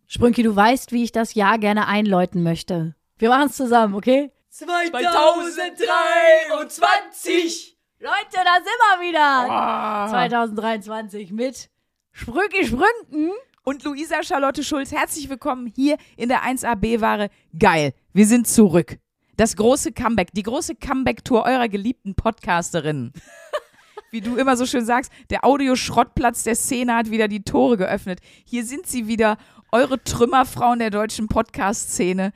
Sprünki, du weißt, wie ich das Jahr gerne einläuten möchte. Wir machen es zusammen, okay? 2023! Leute, da sind wir wieder. 2023 mit Sprünki Sprünken. Und Luisa Charlotte Schulz, herzlich willkommen hier in der 1AB-Ware. Geil, wir sind zurück. Das große Comeback, die große Comeback-Tour eurer geliebten Podcasterinnen. Wie du immer so schön sagst, der Audioschrottplatz der Szene hat wieder die Tore geöffnet. Hier sind sie wieder, eure Trümmerfrauen der deutschen Podcast-Szene.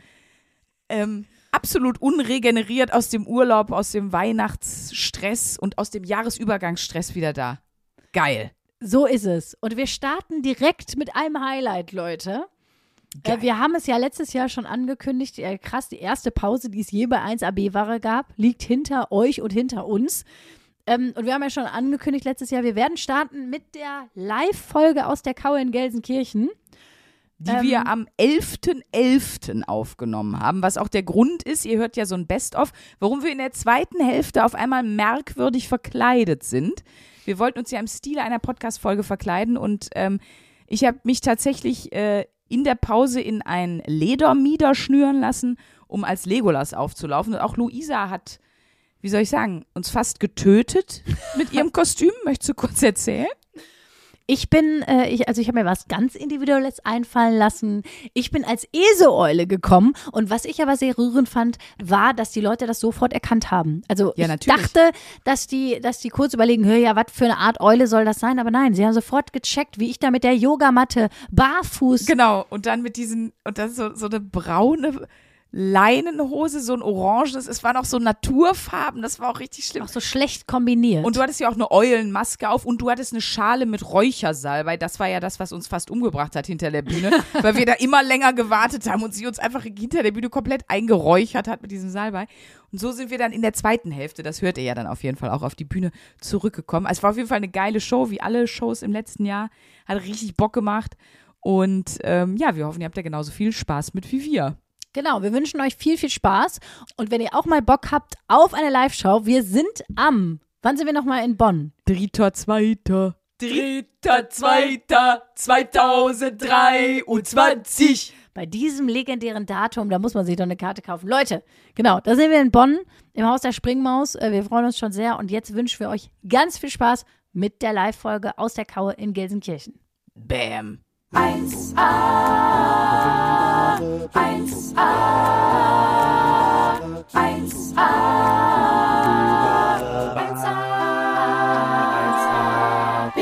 Absolut unregeneriert aus dem Urlaub, aus dem Weihnachtsstress und aus dem Jahresübergangsstress wieder da. Geil. So ist es. Und wir starten direkt mit einem Highlight, Leute. Wir haben es ja letztes Jahr schon angekündigt. Krass, die erste Pause, die es je bei 1AB-Ware gab, liegt hinter euch und hinter uns. Und wir haben ja schon angekündigt letztes Jahr, wir werden starten mit der Live-Folge aus der Kaue in Gelsenkirchen. Die wir am 11.11. aufgenommen haben, was auch der Grund ist, ihr hört ja so ein Best-of, warum wir in der zweiten Hälfte auf einmal merkwürdig verkleidet sind. Wir wollten uns ja im Stile einer Podcast-Folge verkleiden und ich habe mich tatsächlich in der Pause in ein Ledermieder schnüren lassen, um als Legolas aufzulaufen. Und auch Luisa hat, wie soll ich sagen, uns fast getötet mit ihrem Kostüm. Möchtest du kurz erzählen? Ich habe mir was ganz Individuelles einfallen lassen. Ich bin als Eseeule gekommen und was ich aber sehr rührend fand, war, dass die Leute das sofort erkannt haben. Also ja, ich dachte, dass die kurz überlegen, ja, was für eine Art Eule soll das sein? Aber nein, sie haben sofort gecheckt, wie ich da mit der Yogamatte barfuß. Genau, und dann mit und dann so eine braune Leinenhose, so ein orangenes, es war noch so Naturfarben, das war auch richtig schlimm. Auch so schlecht kombiniert. Und du hattest ja auch eine Eulenmaske auf und du hattest eine Schale mit Räuchersalbei, das war ja das, was uns fast umgebracht hat hinter der Bühne, weil wir da immer länger gewartet haben und sie uns einfach hinter der Bühne komplett eingeräuchert hat mit diesem Salbei. Und so sind wir dann in der zweiten Hälfte, das hört ihr ja dann auf jeden Fall auch, auf die Bühne zurückgekommen. Also es war auf jeden Fall eine geile Show, wie alle Shows im letzten Jahr, hat richtig Bock gemacht und wir hoffen, ihr habt ja genauso viel Spaß mit wie wir. Genau, wir wünschen euch viel, viel Spaß. Und wenn ihr auch mal Bock habt auf eine Live-Show, wir sind wann sind wir nochmal in Bonn? 3.2.2023. Bei diesem legendären Datum, da muss man sich doch eine Karte kaufen. Leute, genau, da sind wir in Bonn, im Haus der Springmaus. Wir freuen uns schon sehr und jetzt wünschen wir euch ganz viel Spaß mit der Live-Folge aus der Kaue in Gelsenkirchen. Bam. 1A, 1A, 1A, 1A, B.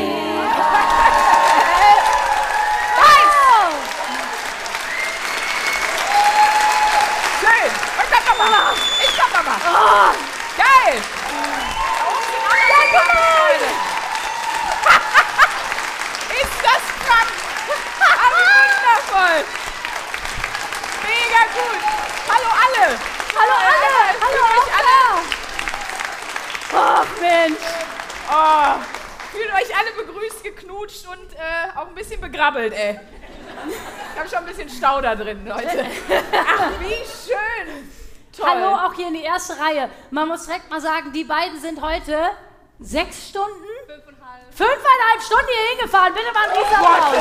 Schön. Und dann nochmal. Ich komm nochmal. Oh. Geil. Ja, guck mal. Ist das krank? Wundervoll. Mega gut. Hallo alle. Hallo alle. Hallo alle. Ach Mensch. Oh. Fühlt euch alle begrüßt, geknutscht und auch ein bisschen begrabbelt, ey. Ich habe schon ein bisschen Stau da drin, Leute. Ach, wie schön. Toll. Hallo, auch hier in die erste Reihe. Man muss direkt mal sagen, die beiden sind heute 6 Stunden? 5,5 Stunden hier hingefahren. Bitte mal einen Riesenapplaus.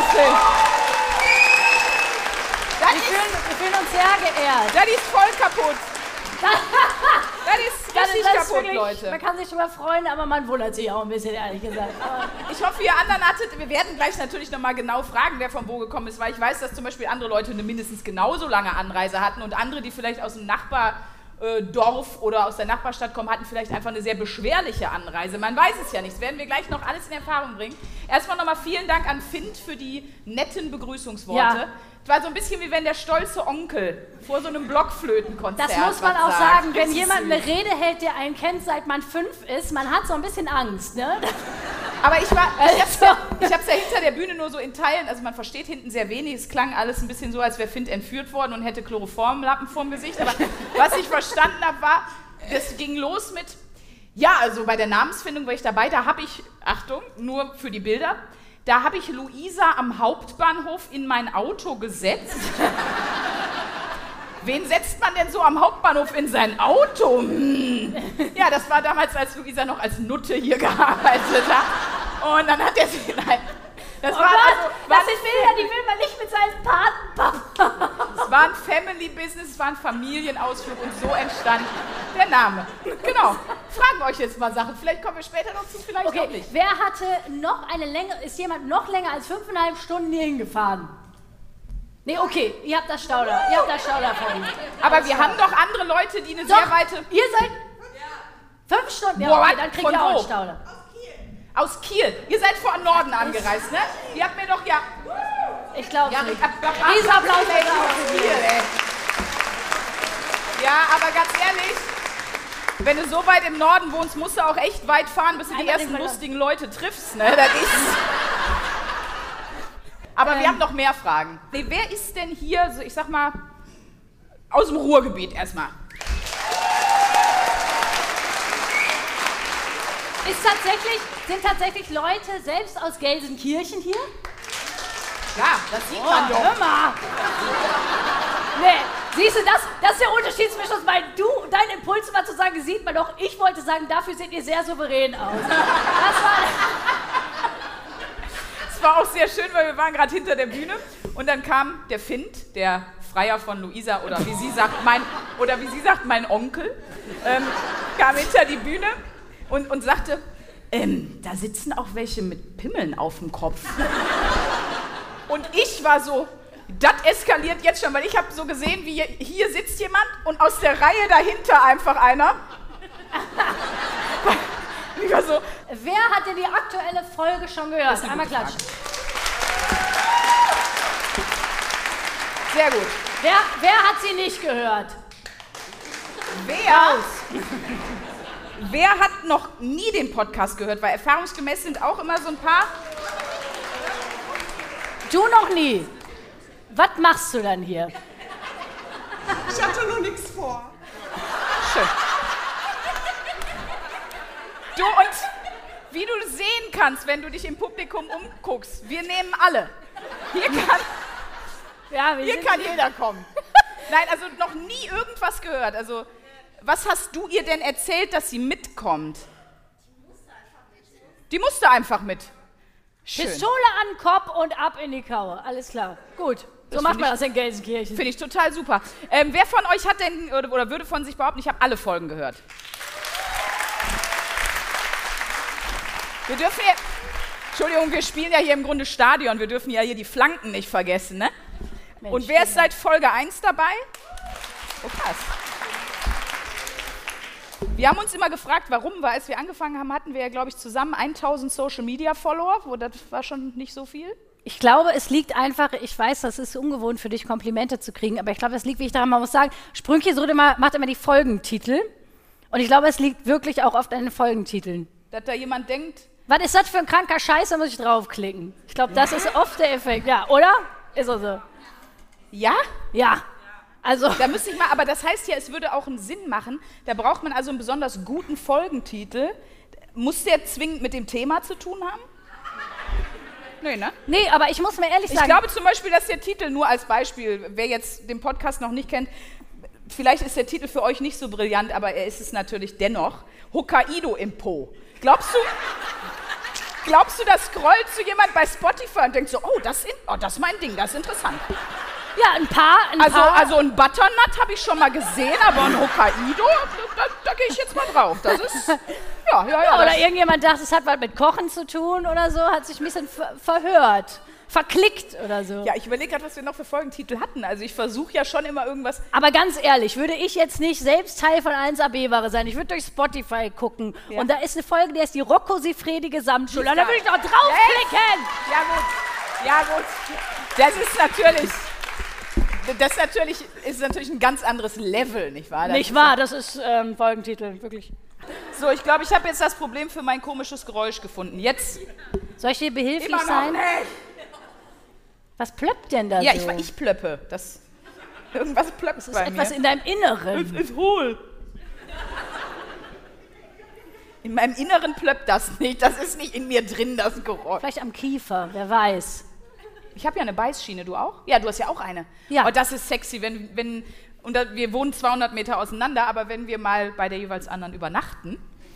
Wir fühlen uns sehr geehrt. Das ist voll kaputt. Das ist richtig kaputt, wirklich, Leute. Man kann sich drüber freuen, aber man wundert sich auch ein bisschen, ehrlich gesagt. Ich hoffe, ihr anderen wir werden gleich natürlich nochmal genau fragen, wer von wo gekommen ist, weil ich weiß, dass zum Beispiel andere Leute eine mindestens genauso lange Anreise hatten und andere, die vielleicht aus dem Nachbardorf oder aus der Nachbarstadt kommen, hatten vielleicht einfach eine sehr beschwerliche Anreise. Man weiß es ja nicht. Das werden wir gleich noch alles in Erfahrung bringen. Erstmal nochmal vielen Dank an Fint für die netten Begrüßungsworte. Ja. Es war so ein bisschen wie wenn der stolze Onkel vor so einem Blockflötenkonzert Das muss man auch sagt. sagen, wenn Richtig jemand süß. eine Rede hält, der einen kennt, seit man 5 ist, man hat so ein bisschen Angst, ne? Aber ich hab's ja hinter der Bühne nur so in Teilen, also man versteht hinten sehr wenig, es klang alles ein bisschen so, als wäre Fint entführt worden und hätte Chloroformlappen vorm Gesicht, aber was ich verstanden habe, war, das ging los mit, ja, also bei der Namensfindung war ich dabei, da habe ich, Achtung, nur für die Bilder, da habe ich Luisa am Hauptbahnhof in mein Auto gesetzt. Wen setzt man denn so am Hauptbahnhof in sein Auto? Ja, das war damals, als Luisa noch als Nutte hier gearbeitet hat. Und dann hat er sie... Nein, das war Gott, also, das sind Bilder, die will man nicht mit seinem Family Business, es war ein Familienausflug und so entstand der Name. Genau. Fragen euch jetzt mal Sachen. Vielleicht kommen wir später noch zu, vielleicht auch nicht. Wer hatte noch eine Länge, ist jemand noch länger als 5,5 Stunden hier hingefahren? Nee, okay, ihr habt das Stauder verdient. Aber wir haben doch andere Leute, die eine sehr weite... Ihr seid 5 Stunden, ja, Boah, okay, dann kriegt von ihr auch einen wo? Stauder. Aus Kiel. Ihr seid von Norden angereist, ne? Ihr habt mir doch ja... Ich glaube Ja, nicht. Riesenapplaus Riesenapplaus ey, für Kiel, ey. Ja, aber ganz ehrlich, wenn du so weit im Norden wohnst, musst du auch echt weit fahren, bis du die Einmal ersten den Ballon. lustigen Leute triffst, ne? Das ist... Aber wir haben noch mehr Fragen. Nee, wer ist denn hier, so ich sag mal, aus dem Ruhrgebiet erstmal? Sind tatsächlich Leute selbst aus Gelsenkirchen hier? Ja, das sieht man doch. Hör mal. Nee, siehst du, das ist der Unterschied zwischen uns beiden. Dein Impuls war zu sagen, sieht man doch. Ich wollte sagen, dafür seht ihr sehr souverän aus. Es war auch sehr schön, weil wir waren gerade hinter der Bühne und dann kam der Fint, der Freier von Luisa oder wie sie sagt, mein Onkel, kam hinter die Bühne und sagte, da sitzen auch welche mit Pimmeln auf dem Kopf. Und ich war so, das eskaliert jetzt schon, weil ich habe so gesehen, wie hier sitzt jemand und aus der Reihe dahinter einfach einer. Ich war so, Wer hat denn die aktuelle Folge schon gehört? Einmal klatschen. sehr gut. Wer hat sie nicht gehört? Wer hat noch nie den Podcast gehört? Weil erfahrungsgemäß sind auch immer so ein paar... Du noch nie. Was machst du dann hier? Ich hatte nur nichts vor. Schön. Du, und wie du sehen kannst, wenn du dich im Publikum umguckst, wir nehmen alle. Hier kann jeder kommen. Nein, also noch nie irgendwas gehört. Also, was hast du ihr denn erzählt, dass sie mitkommt? Die musste einfach mit. Schön. Pistole an den Kopf und ab in die Kaue. Alles klar. Gut. So Das macht find man ich- das in Gelsenkirchen. Finde ich total super. Wer von euch hat denn, oder würde von sich behaupten, ich habe alle Folgen gehört? Wir dürfen hier, Entschuldigung, wir spielen ja hier im Grunde Stadion, wir dürfen ja hier die Flanken nicht vergessen, ne? Mensch, Und wer ist seit Folge 1 dabei? Oh, krass. Wir haben uns immer gefragt, warum, weil als wir angefangen haben, hatten wir ja, glaube ich, zusammen 1000 Social-Media-Follower, das war schon nicht so viel. Ich glaube, es liegt einfach, ich weiß, das ist ungewohnt für dich, Komplimente zu kriegen, aber ich glaube, es liegt, wie ich daran, man muss sagen, Sprünche macht immer die Folgentitel. Und ich glaube, es liegt wirklich auch oft an den Folgentiteln. Dass da jemand denkt, Was ist das für ein kranker Scheiß, da muss ich draufklicken. Ich glaube, das ist oft der Effekt. Ja, oder? Ist er so? ja? Ja. Also, Da müsste ich mal, aber das heißt ja, es würde auch einen Sinn machen. Da braucht man also einen besonders guten Folgentitel. Muss der zwingend mit dem Thema zu tun haben? Nee, ne? nee, aber ich muss mir ehrlich Ich sagen, glaube zum Beispiel, dass der Titel nur als Beispiel, wer jetzt den Podcast noch nicht kennt, vielleicht ist der Titel für euch nicht so brillant, aber er ist es natürlich dennoch. Hokkaido im Po. Glaubst du, da scrollt so jemand bei Spotify und denkt so, oh, das ist mein Ding, das ist interessant. ja, ein paar. Also ein Butternut habe ich schon mal gesehen, aber ein Hokkaido, da gehe ich jetzt mal drauf. Das ist, ja. Oder das, irgendjemand dachte, es hat was mit Kochen zu tun oder so, hat sich ein bisschen verhört, verklickt oder so. ja, ich überlege gerade, was wir noch für Folgentitel hatten. Also ich versuche ja schon immer irgendwas. Aber ganz ehrlich, würde ich jetzt nicht selbst Teil von 1AB-Ware sein, ich würde durch Spotify gucken und da ist eine Folge, die heißt die Rocco Sifredi Gesamtschule. Und da würde ich doch draufklicken. Ja gut. Das ist natürlich ein ganz anderes Level, nicht wahr? Das Nicht wahr, das ist Folgentitel, wirklich. So, ich glaube, ich habe jetzt das Problem für mein komisches Geräusch gefunden. Jetzt Soll ich dir behilflich immer noch sein? nicht. Was plöppt denn da Ja, so? ich plöppe. Irgendwas plöppt das ist bei etwas mir. in deinem Inneren. ist hohl. In meinem Inneren plöppt das nicht. Das ist nicht in mir drin, das Geräusch. Vielleicht am Kiefer, wer weiß. Ich habe ja eine Beißschiene, du auch? Ja, du hast ja auch eine. Ja. Und das ist sexy, wir wohnen 200 Meter auseinander, aber wenn wir mal bei der jeweils anderen übernachten,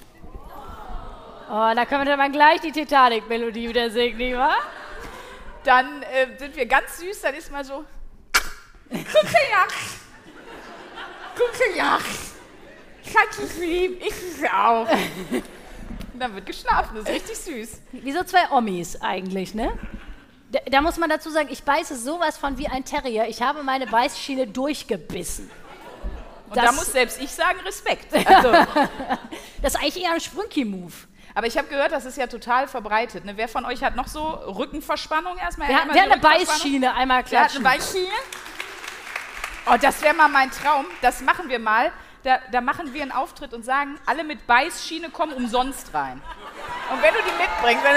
Oh, da können wir dann gleich die Titanic-Melodie wieder singen, nicht wahr? dann sind wir ganz süß, dann ist mal so, Kuchenjach. Schatz ist lieb, ich ist auch. Und dann wird geschlafen, das ist richtig süß. Wie so zwei Omis eigentlich, ne? Da muss man dazu sagen, ich beiße sowas von wie ein Terrier. Ich habe meine Beißschiene durchgebissen. Und da muss selbst ich sagen, Respekt. Also, das ist eigentlich eher ein Sprünki-Move. aber ich habe gehört, das ist ja total verbreitet. Ne? Wer von euch hat noch so Rückenverspannung erstmal? Wer hat eine Beißschiene? Einmal klatschen. Wer hat eine Beißschiene? Oh, das wäre mal mein Traum. Das machen wir mal. Da machen wir einen Auftritt und sagen, alle mit Beißschiene kommen umsonst rein. Und wenn du die mitbringst,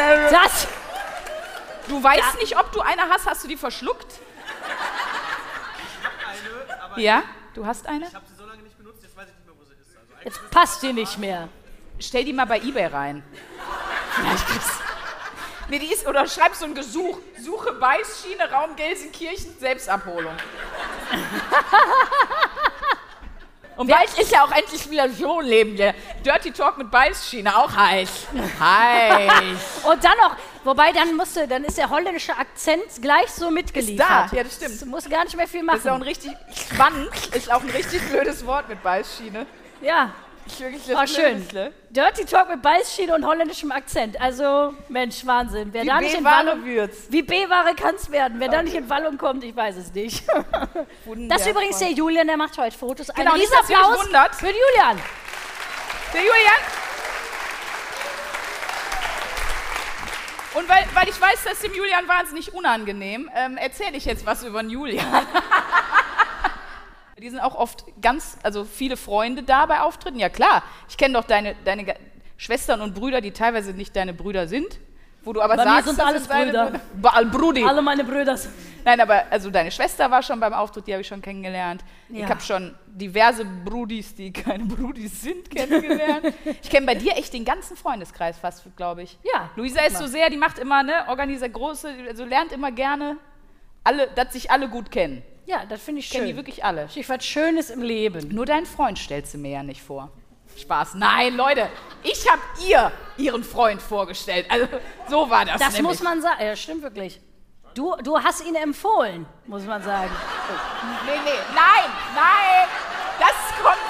du weißt nicht, ob du eine hast du die verschluckt? Ich habe eine, aber Ja, du hast eine? ich habe sie so lange nicht benutzt, jetzt weiß ich nicht mehr, wo sie ist. Also Jetzt passt die nicht mehr. Stell die mal bei eBay rein. Vielleicht gibt's. Nee, die ist, oder schreib so ein Gesuch. Suche Beißschiene, Raum Gelsenkirchen, Selbstabholung. Und bald ist ja auch endlich wieder so ein Leben. Der Dirty Talk mit Beißschiene, auch heiß. Heiß. Und dann noch, wobei dann ist der holländische Akzent gleich so mitgeliefert. da, ja, das stimmt. Du musst gar nicht mehr viel Das ist auch ein machen. richtig, Schwanz ist auch ein richtig blödes Wort mit Beißschiene. Ja, Wirklich war schön. Blödeste. Dirty Talk mit Beißschiene und holländischem Akzent. Also, Mensch, Wahnsinn. Wer Wie da nicht in B-Ware Wallung wird's. Wie B-Ware kann es werden. Wer da nicht in Wallung kommt, ich weiß es nicht. Das ist übrigens der Julian, der macht heute Fotos. Genau, Ein nicht, dass ihr euch Riesenapplaus wundert. für den Julian. Der Julian? Und weil ich weiß, das ist dem Julian wahnsinnig unangenehm, erzähle ich jetzt was über den Julian. Die sind auch oft viele Freunde da bei Auftritten. Ja klar, ich kenne doch deine Schwestern und Brüder, die teilweise nicht deine Brüder sind. Wo du aber Bei mir sagst, sind das alles ist deine Brüder. Brudi. Alle meine Brüder. Nein, aber also deine Schwester war schon beim Auftritt, die habe ich schon kennengelernt. Ja. Ich habe schon diverse Brudis, die keine Brudis sind, kennengelernt. Ich kenne bei dir echt den ganzen Freundeskreis fast, glaube ich. Ja. Luisa ist so sehr, die macht immer, organisiert große, also lernt immer gerne, dass sich alle gut kennen. Ja, das finde ich Kennen die schön. wirklich alle. Stichwort Schönes im Leben. Nur deinen Freund stellst du mir ja nicht vor. Spaß. Nein, Leute, ich habe ihren Freund vorgestellt. Also so war das Das nämlich. muss man sagen. Ja, stimmt wirklich. Du hast ihn empfohlen, muss man sagen. Nee, nein, das kommt...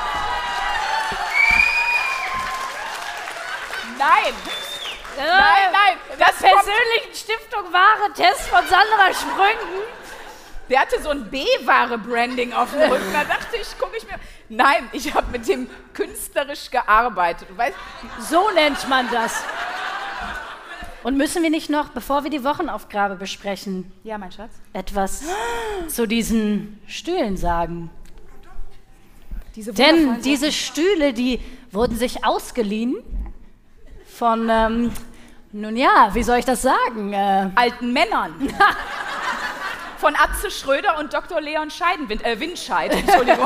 Nein, das kommt... Persönlichen Stiftung Ware Test von Sandra Sprünken. Der hatte so ein B-Ware-Branding auf dem Rücken. Da dachte ich, gucke ich mir... Nein, ich habe mit dem künstlerisch gearbeitet. Du weißt, So nennt man das. Und müssen wir nicht noch, bevor wir die Wochenaufgabe besprechen, ja, mein Schatz. etwas zu diesen Stühlen sagen? Diese Denn wundervollen diese Stühle, die wurden sich ausgeliehen von, nun ja, wie soll ich das sagen? alten Männern. Von Atze Schröder und Dr. Leon Windscheid. Entschuldigung.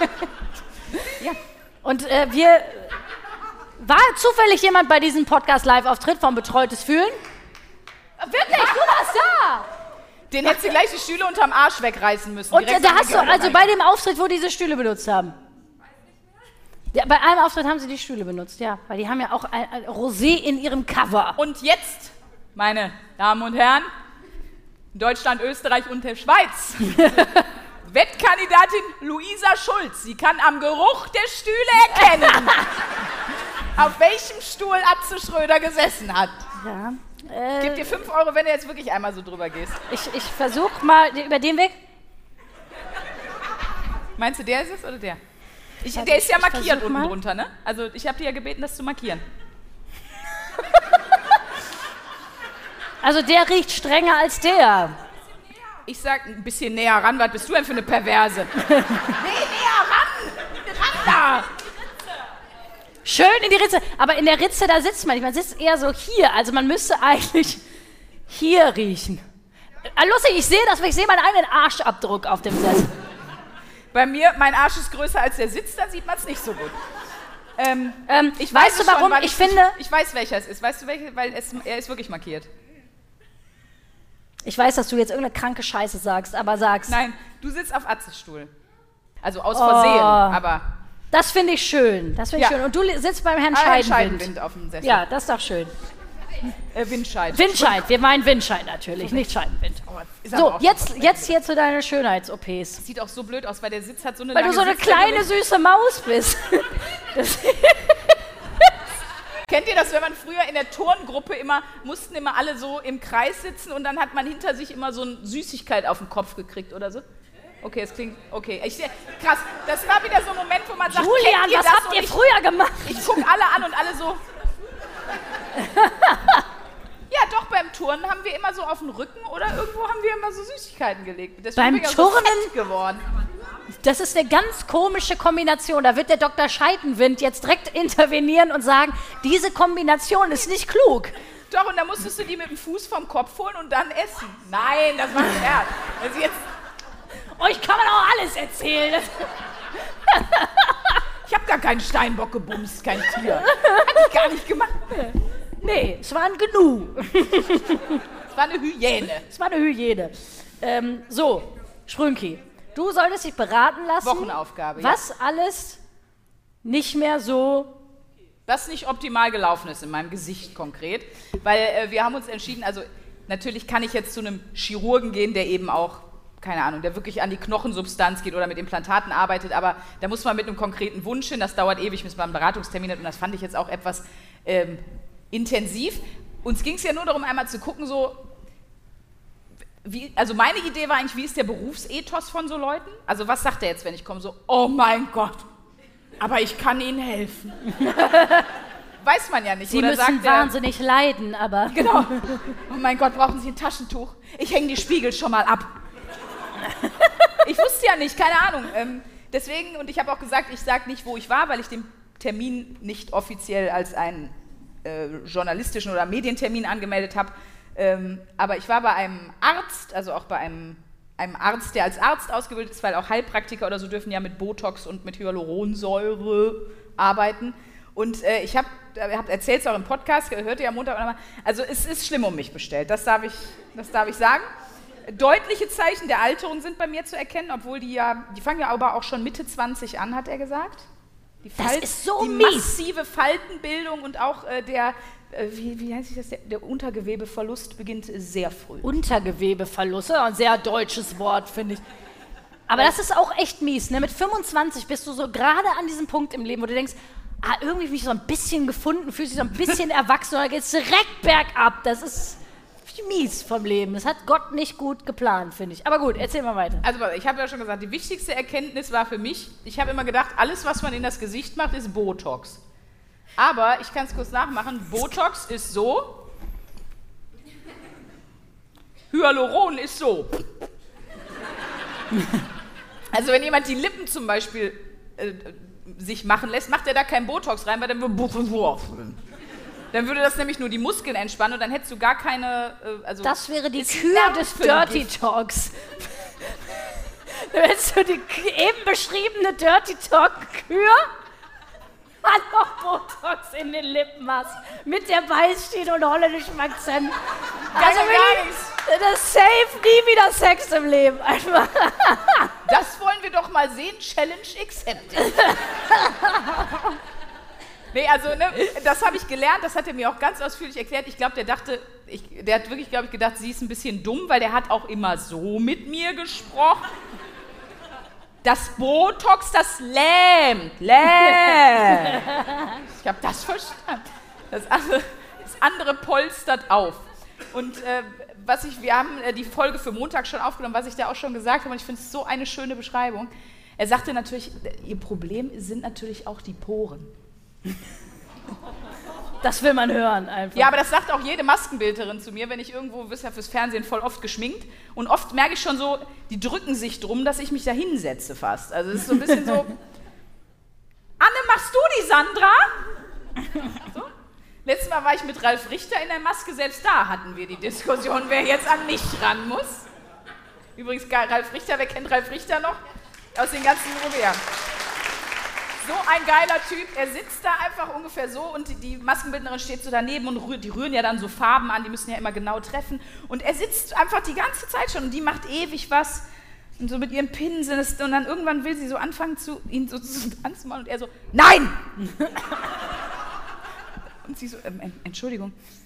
Und war zufällig jemand bei diesem Podcast-Live-Auftritt vom Betreutes Fühlen? Wirklich, du warst da! Den hättest du gleich die Stühle unterm Arsch wegreißen müssen. Und Direkt da an die hast du, Gürtel also rein. bei dem Auftritt, wo diese Stühle benutzt haben? Ja, bei einem Auftritt haben sie die Stühle benutzt, ja. Weil die haben ja auch ein Rosé in ihrem Cover. Und jetzt, meine Damen und Herren, Deutschland, Österreich und der Schweiz. Wettkandidatin Luisa Schulz. Sie kann am Geruch der Stühle erkennen, auf welchem Stuhl Atze Schröder gesessen hat. Ja. Gib dir 5 €, wenn du jetzt wirklich einmal so drüber gehst. Ich versuche mal über den Weg. Meinst du, der ist es oder der? Warte, Der ist ja ich markiert versuch unten mal. drunter, ne? Also ich habe dir ja gebeten, das zu markieren. Also der riecht strenger als der. Ich sag ein bisschen näher ran. Was bist du denn für eine Perverse? Nee, näher ran! Ran da! Schön in die Ritze. Aber in der Ritze, da sitzt man nicht. Man sitzt eher so hier. Also man müsste eigentlich hier riechen. Lustig, ich sehe das, weil ich sehe meinen eigenen Arschabdruck auf dem Sessel. Bei mir, mein Arsch ist größer als der Sitz, da sieht man es nicht so gut. Ich weiß Weißt du es schon, warum? weil Ich finde, Ich weiß, welcher es ist. Weißt du, welcher? Weil er ist wirklich markiert. ich weiß, dass du jetzt irgendeine kranke Scheiße sagst, aber sag's. Nein, du sitzt auf Atzes Stuhl. Also aus Versehen, aber... Das finde ich schön. Das finde ich Ja. schön. Und du sitzt beim Herrn Scheidenwind. Scheidenwind. Auf dem Sessel. Ja, das ist doch schön. Windscheid. Windscheid, wir meinen Windscheid natürlich, nicht Scheidenwind. Ist aber So, auch jetzt hier zu deiner Schönheits-OPs. Sieht auch so blöd aus, weil der Sitz hat so eine Weil du lange so eine Sitzlänge. kleine, süße Maus bist. Das, Kennt ihr das, wenn man früher in der Turngruppe mussten immer alle so im Kreis sitzen und dann hat man hinter sich immer so eine Süßigkeit auf den Kopf gekriegt oder so? Okay, es klingt, okay. Krass, das war wieder so ein Moment, wo man sagt, Julian, kennt ihr was das? habt Und ihr früher gemacht? Ich gucke alle an und alle so. Ja, doch, beim Turnen haben wir immer so auf den Rücken oder irgendwo haben wir immer so Süßigkeiten gelegt. Deswegen Beim bin ich auch so Turnen? fett geworden. Das ist eine ganz komische Kombination. Da wird der Dr. Scheidenwind jetzt direkt intervenieren und sagen, diese Kombination ist nicht klug. Doch, und dann musstest du die mit dem Fuß vom Kopf holen und dann essen. Nein, das war ein Scherz. Also jetzt, Euch kann man auch alles erzählen. ich habe gar keinen Steinbock gebumst, kein Tier. Hat ich gar nicht gemacht. Nee, es war ein Gnu. Es war eine Hyäne. Es war eine Hyäne. So, Sprünki, du solltest dich beraten lassen, Wochenaufgabe, ja. was alles nicht mehr so... Was nicht optimal gelaufen ist in meinem Gesicht konkret. Weil wir haben uns entschieden, also natürlich kann ich jetzt zu einem Chirurgen gehen, der eben auch, keine Ahnung, der wirklich an die Knochensubstanz geht oder mit Implantaten arbeitet, aber da muss man mit einem konkreten Wunsch hin, das dauert ewig, bis man einen Beratungstermin hat und das fand ich jetzt auch etwas intensiv. Uns ging es ja nur darum, einmal zu gucken, so, also meine Idee war eigentlich, wie ist der Berufsethos von so Leuten? Also was sagt er jetzt, wenn ich komme, so, oh mein Gott, aber ich kann Ihnen helfen. Weiß man ja nicht. Sie oder müssen sagt er, wahnsinnig leiden, aber... genau, oh mein Gott, brauchen Sie ein Taschentuch? Ich hänge die Spiegel schon mal ab. Ich wusste ja nicht, keine Ahnung. Deswegen, und ich habe auch gesagt, ich sage nicht, wo ich war, weil ich den Termin nicht offiziell als einen journalistischen oder Medientermin angemeldet habe. Aber ich war bei einem Arzt, also auch bei einem Arzt, der als Arzt ausgebildet ist, weil auch Heilpraktiker oder so dürfen ja mit Botox und mit Hyaluronsäure arbeiten. Und ich habe erzählt es auch im Podcast, hört ihr am Montag nochmal. Also es ist schlimm um mich bestellt, das darf ich sagen. Deutliche Zeichen der Alterung sind bei mir zu erkennen, obwohl die fangen ja aber auch schon Mitte 20 an, hat er gesagt. Das ist so die mies. massive Faltenbildung und auch wie heißt das, der Untergewebeverlust beginnt sehr früh. Untergewebeverlust, ein sehr deutsches Wort, finde ich. Aber das ist auch echt mies. Ne? Mit 25 bist du so gerade an diesem Punkt im Leben, wo du denkst, irgendwie bin ich so ein bisschen gefunden, fühlst dich so ein bisschen erwachsen, und dann geht es direkt bergab. Das ist mies vom Leben. Das hat Gott nicht gut geplant, finde ich. Aber gut, erzähl mal weiter. Also ich habe ja schon gesagt, die wichtigste Erkenntnis war für mich, ich habe immer gedacht, alles, was man in das Gesicht macht, ist Botox. Aber ich kann es kurz nachmachen, Botox ist so, Hyaluron ist so. Also wenn jemand die Lippen zum Beispiel sich machen lässt, macht er da kein Botox rein, weil dann würde das nämlich nur die Muskeln entspannen und dann hättest du gar keine... das wäre die Kür des Dirty Talks. Du hättest so die eben beschriebene Dirty Talk-Kür, noch Botox in den Lippen hast, mit der Beißstiel und holländischem Akzent. Also das ist safe nie wieder Sex im Leben. Einfach. Das wollen wir doch mal sehen. Challenge accepted. Nee, also das habe ich gelernt, das hat er mir auch ganz ausführlich erklärt. Ich glaube, der hat wirklich, glaube ich, gedacht, sie ist ein bisschen dumm, weil der hat auch immer so mit mir gesprochen. Das Botox, das lähmt. Ich habe das verstanden. Das andere polstert auf. Und wir haben die Folge für Montag schon aufgenommen, was ich da auch schon gesagt habe, und ich finde es so eine schöne Beschreibung. Er sagte natürlich, ihr Problem sind natürlich auch die Poren. Das will man hören einfach. Ja, aber das sagt auch jede Maskenbildnerin zu mir, wenn ich irgendwo, du bist ja fürs Fernsehen voll oft geschminkt, und oft merke ich schon so, die drücken sich drum, dass ich mich da hinsetze fast. Also es ist so ein bisschen so, Anne, machst du die Sandra? So. Letztes Mal war ich mit Ralf Richter in der Maske, selbst da hatten wir die Diskussion, wer jetzt an mich ran muss. Übrigens, Ralf Richter, wer kennt Ralf Richter noch? Aus den ganzen Rumänen. So ein geiler Typ, er sitzt da einfach ungefähr so und die Maskenbildnerin steht so daneben und die rühren ja dann so Farben an, die müssen ja immer genau treffen. Und er sitzt einfach die ganze Zeit schon und die macht ewig was und so mit ihren Pinsel und dann irgendwann will sie so anfangen, ihn so anzumalen und er so, nein! Und sie so, Entschuldigung,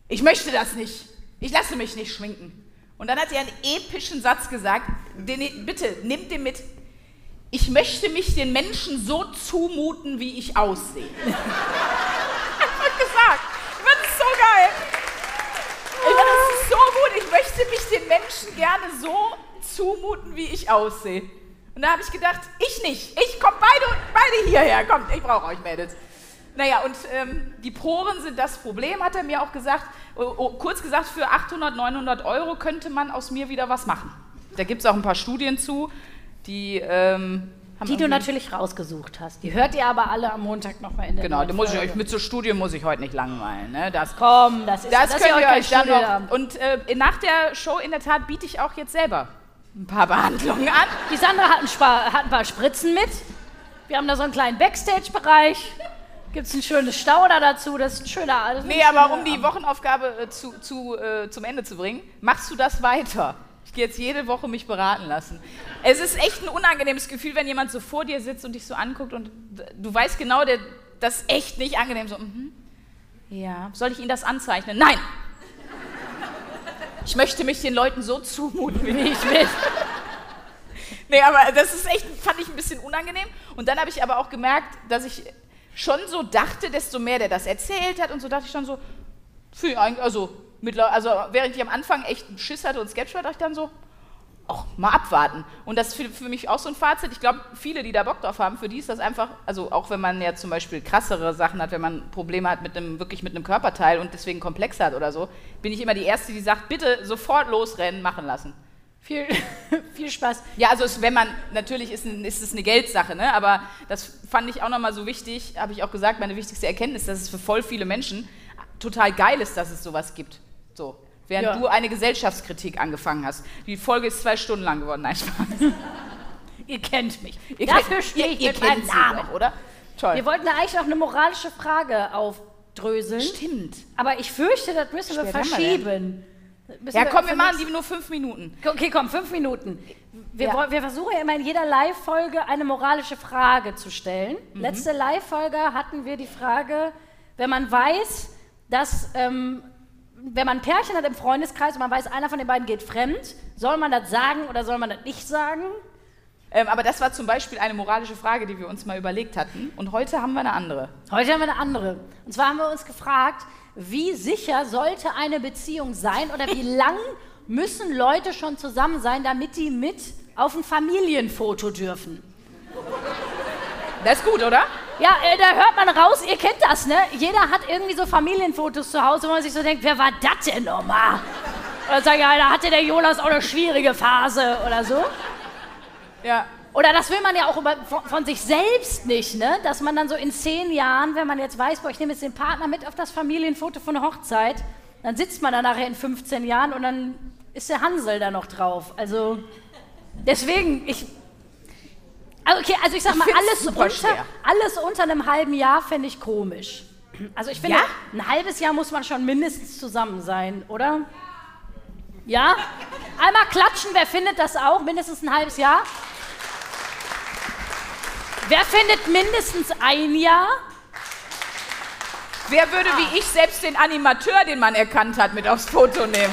ich möchte das nicht. Ich lasse mich nicht schminken. Und dann hat sie einen epischen Satz gesagt, bitte, nehmt den mit. Ich möchte mich den Menschen so zumuten, wie ich aussehe. Einfach gesagt. Ich fand das so geil. Ich fand das so gut. Ich möchte mich den Menschen gerne so zumuten, wie ich aussehe. Und da habe ich gedacht, ich nicht. Ich komme beide hierher. Kommt, ich brauche euch Mädels. Naja, und die Poren sind das Problem, hat er mir auch gesagt. Kurz gesagt, für 800, 900 € könnte man aus mir wieder was machen. Da gibt es auch ein paar Studien zu, die du natürlich rausgesucht hast. Die hört ihr aber alle am Montag nochmal in der Genau, Folge. mit so Studien muss ich heute nicht langweilen. Ne? Das könnt ihr euch dann noch. Und nach der Show in der Tat biete ich auch jetzt selber ein paar Behandlungen an. Die Sandra hat ein paar Spritzen mit. Wir haben da so einen kleinen Backstage-Bereich. Gibt es ein schönes Stauder dazu, das ist ein schöner... Nee, aber um die Wochenaufgabe zum Ende zu bringen, machst du das weiter. Ich gehe jetzt jede Woche mich beraten lassen. Es ist echt ein unangenehmes Gefühl, wenn jemand so vor dir sitzt und dich so anguckt und du weißt genau, das ist echt nicht angenehm. So, ja, soll ich Ihnen das anzeichnen? Nein! Ich möchte mich den Leuten so zumuten, wie ich will. Nee, aber das ist echt, fand ich ein bisschen unangenehm. Und dann habe ich aber auch gemerkt, dass ich schon so dachte, desto mehr der das erzählt hat und so, dachte ich schon so, während ich am Anfang echt einen Schiss hatte und Sketch war, dachte ich dann so, mal abwarten. Und das ist für mich auch so ein Fazit. Ich glaube, viele, die da Bock drauf haben, für die ist das einfach, also auch wenn man ja zum Beispiel krassere Sachen hat, wenn man Probleme hat mit einem Körperteil und deswegen Komplex hat oder so, bin ich immer die Erste, die sagt, bitte sofort losrennen, machen lassen. Viel Spaß. Ja, also natürlich ist es eine Geldsache, ne? Aber das fand ich auch nochmal so wichtig, habe ich auch gesagt, meine wichtigste Erkenntnis, dass es für voll viele Menschen total geil ist, dass es sowas gibt. So, während du eine Gesellschaftskritik angefangen hast. Die Folge ist 2 Stunden lang geworden. Nein, Spaß. Ihr kennt mich. Dafür stehe ich mit meinem Namen, doch, oder? Toll. Wir wollten eigentlich noch eine moralische Frage aufdröseln. Stimmt. Aber ich fürchte, das müssen wir verschieben. Ja, komm, wir machen die nur 5 Minuten. Okay, komm, 5 Minuten. Wir versuchen ja immer in jeder Live-Folge eine moralische Frage zu stellen. Letzte Live-Folge hatten wir die Frage, wenn man weiß, dass, wenn man ein Pärchen hat im Freundeskreis und man weiß, einer von den beiden geht fremd, soll man das sagen oder soll man das nicht sagen? Aber das war zum Beispiel eine moralische Frage, die wir uns mal überlegt hatten. Und heute haben wir eine andere. Und zwar haben wir uns gefragt, wie sicher sollte eine Beziehung sein oder wie lang müssen Leute schon zusammen sein, damit die mit auf ein Familienfoto dürfen? Das ist gut, oder? Ja, da hört man raus, ihr kennt das, ne? Jeder hat irgendwie so Familienfotos zu Hause, wo man sich so denkt, wer war das denn nochmal? Oder sagt ja, da hatte der Jonas auch eine schwierige Phase oder so. Ja. Oder das will man ja auch von sich selbst nicht, ne? Dass man dann so in 10 Jahren, wenn man jetzt weiß, boah, ich nehme jetzt den Partner mit auf das Familienfoto von der Hochzeit, dann sitzt man da nachher in 15 Jahren und dann ist der Hansel da noch drauf. Also deswegen, ich sag mal, alles unter einem halben Jahr fände ich komisch. Also ich finde, ein halbes Jahr muss man schon mindestens zusammen sein, oder? Ja? Einmal klatschen, wer findet das auch? Mindestens ein halbes Jahr? Wer findet mindestens 1 Jahr? Wer würde wie ich selbst den Animateur, den man erkannt hat, mit aufs Foto nehmen?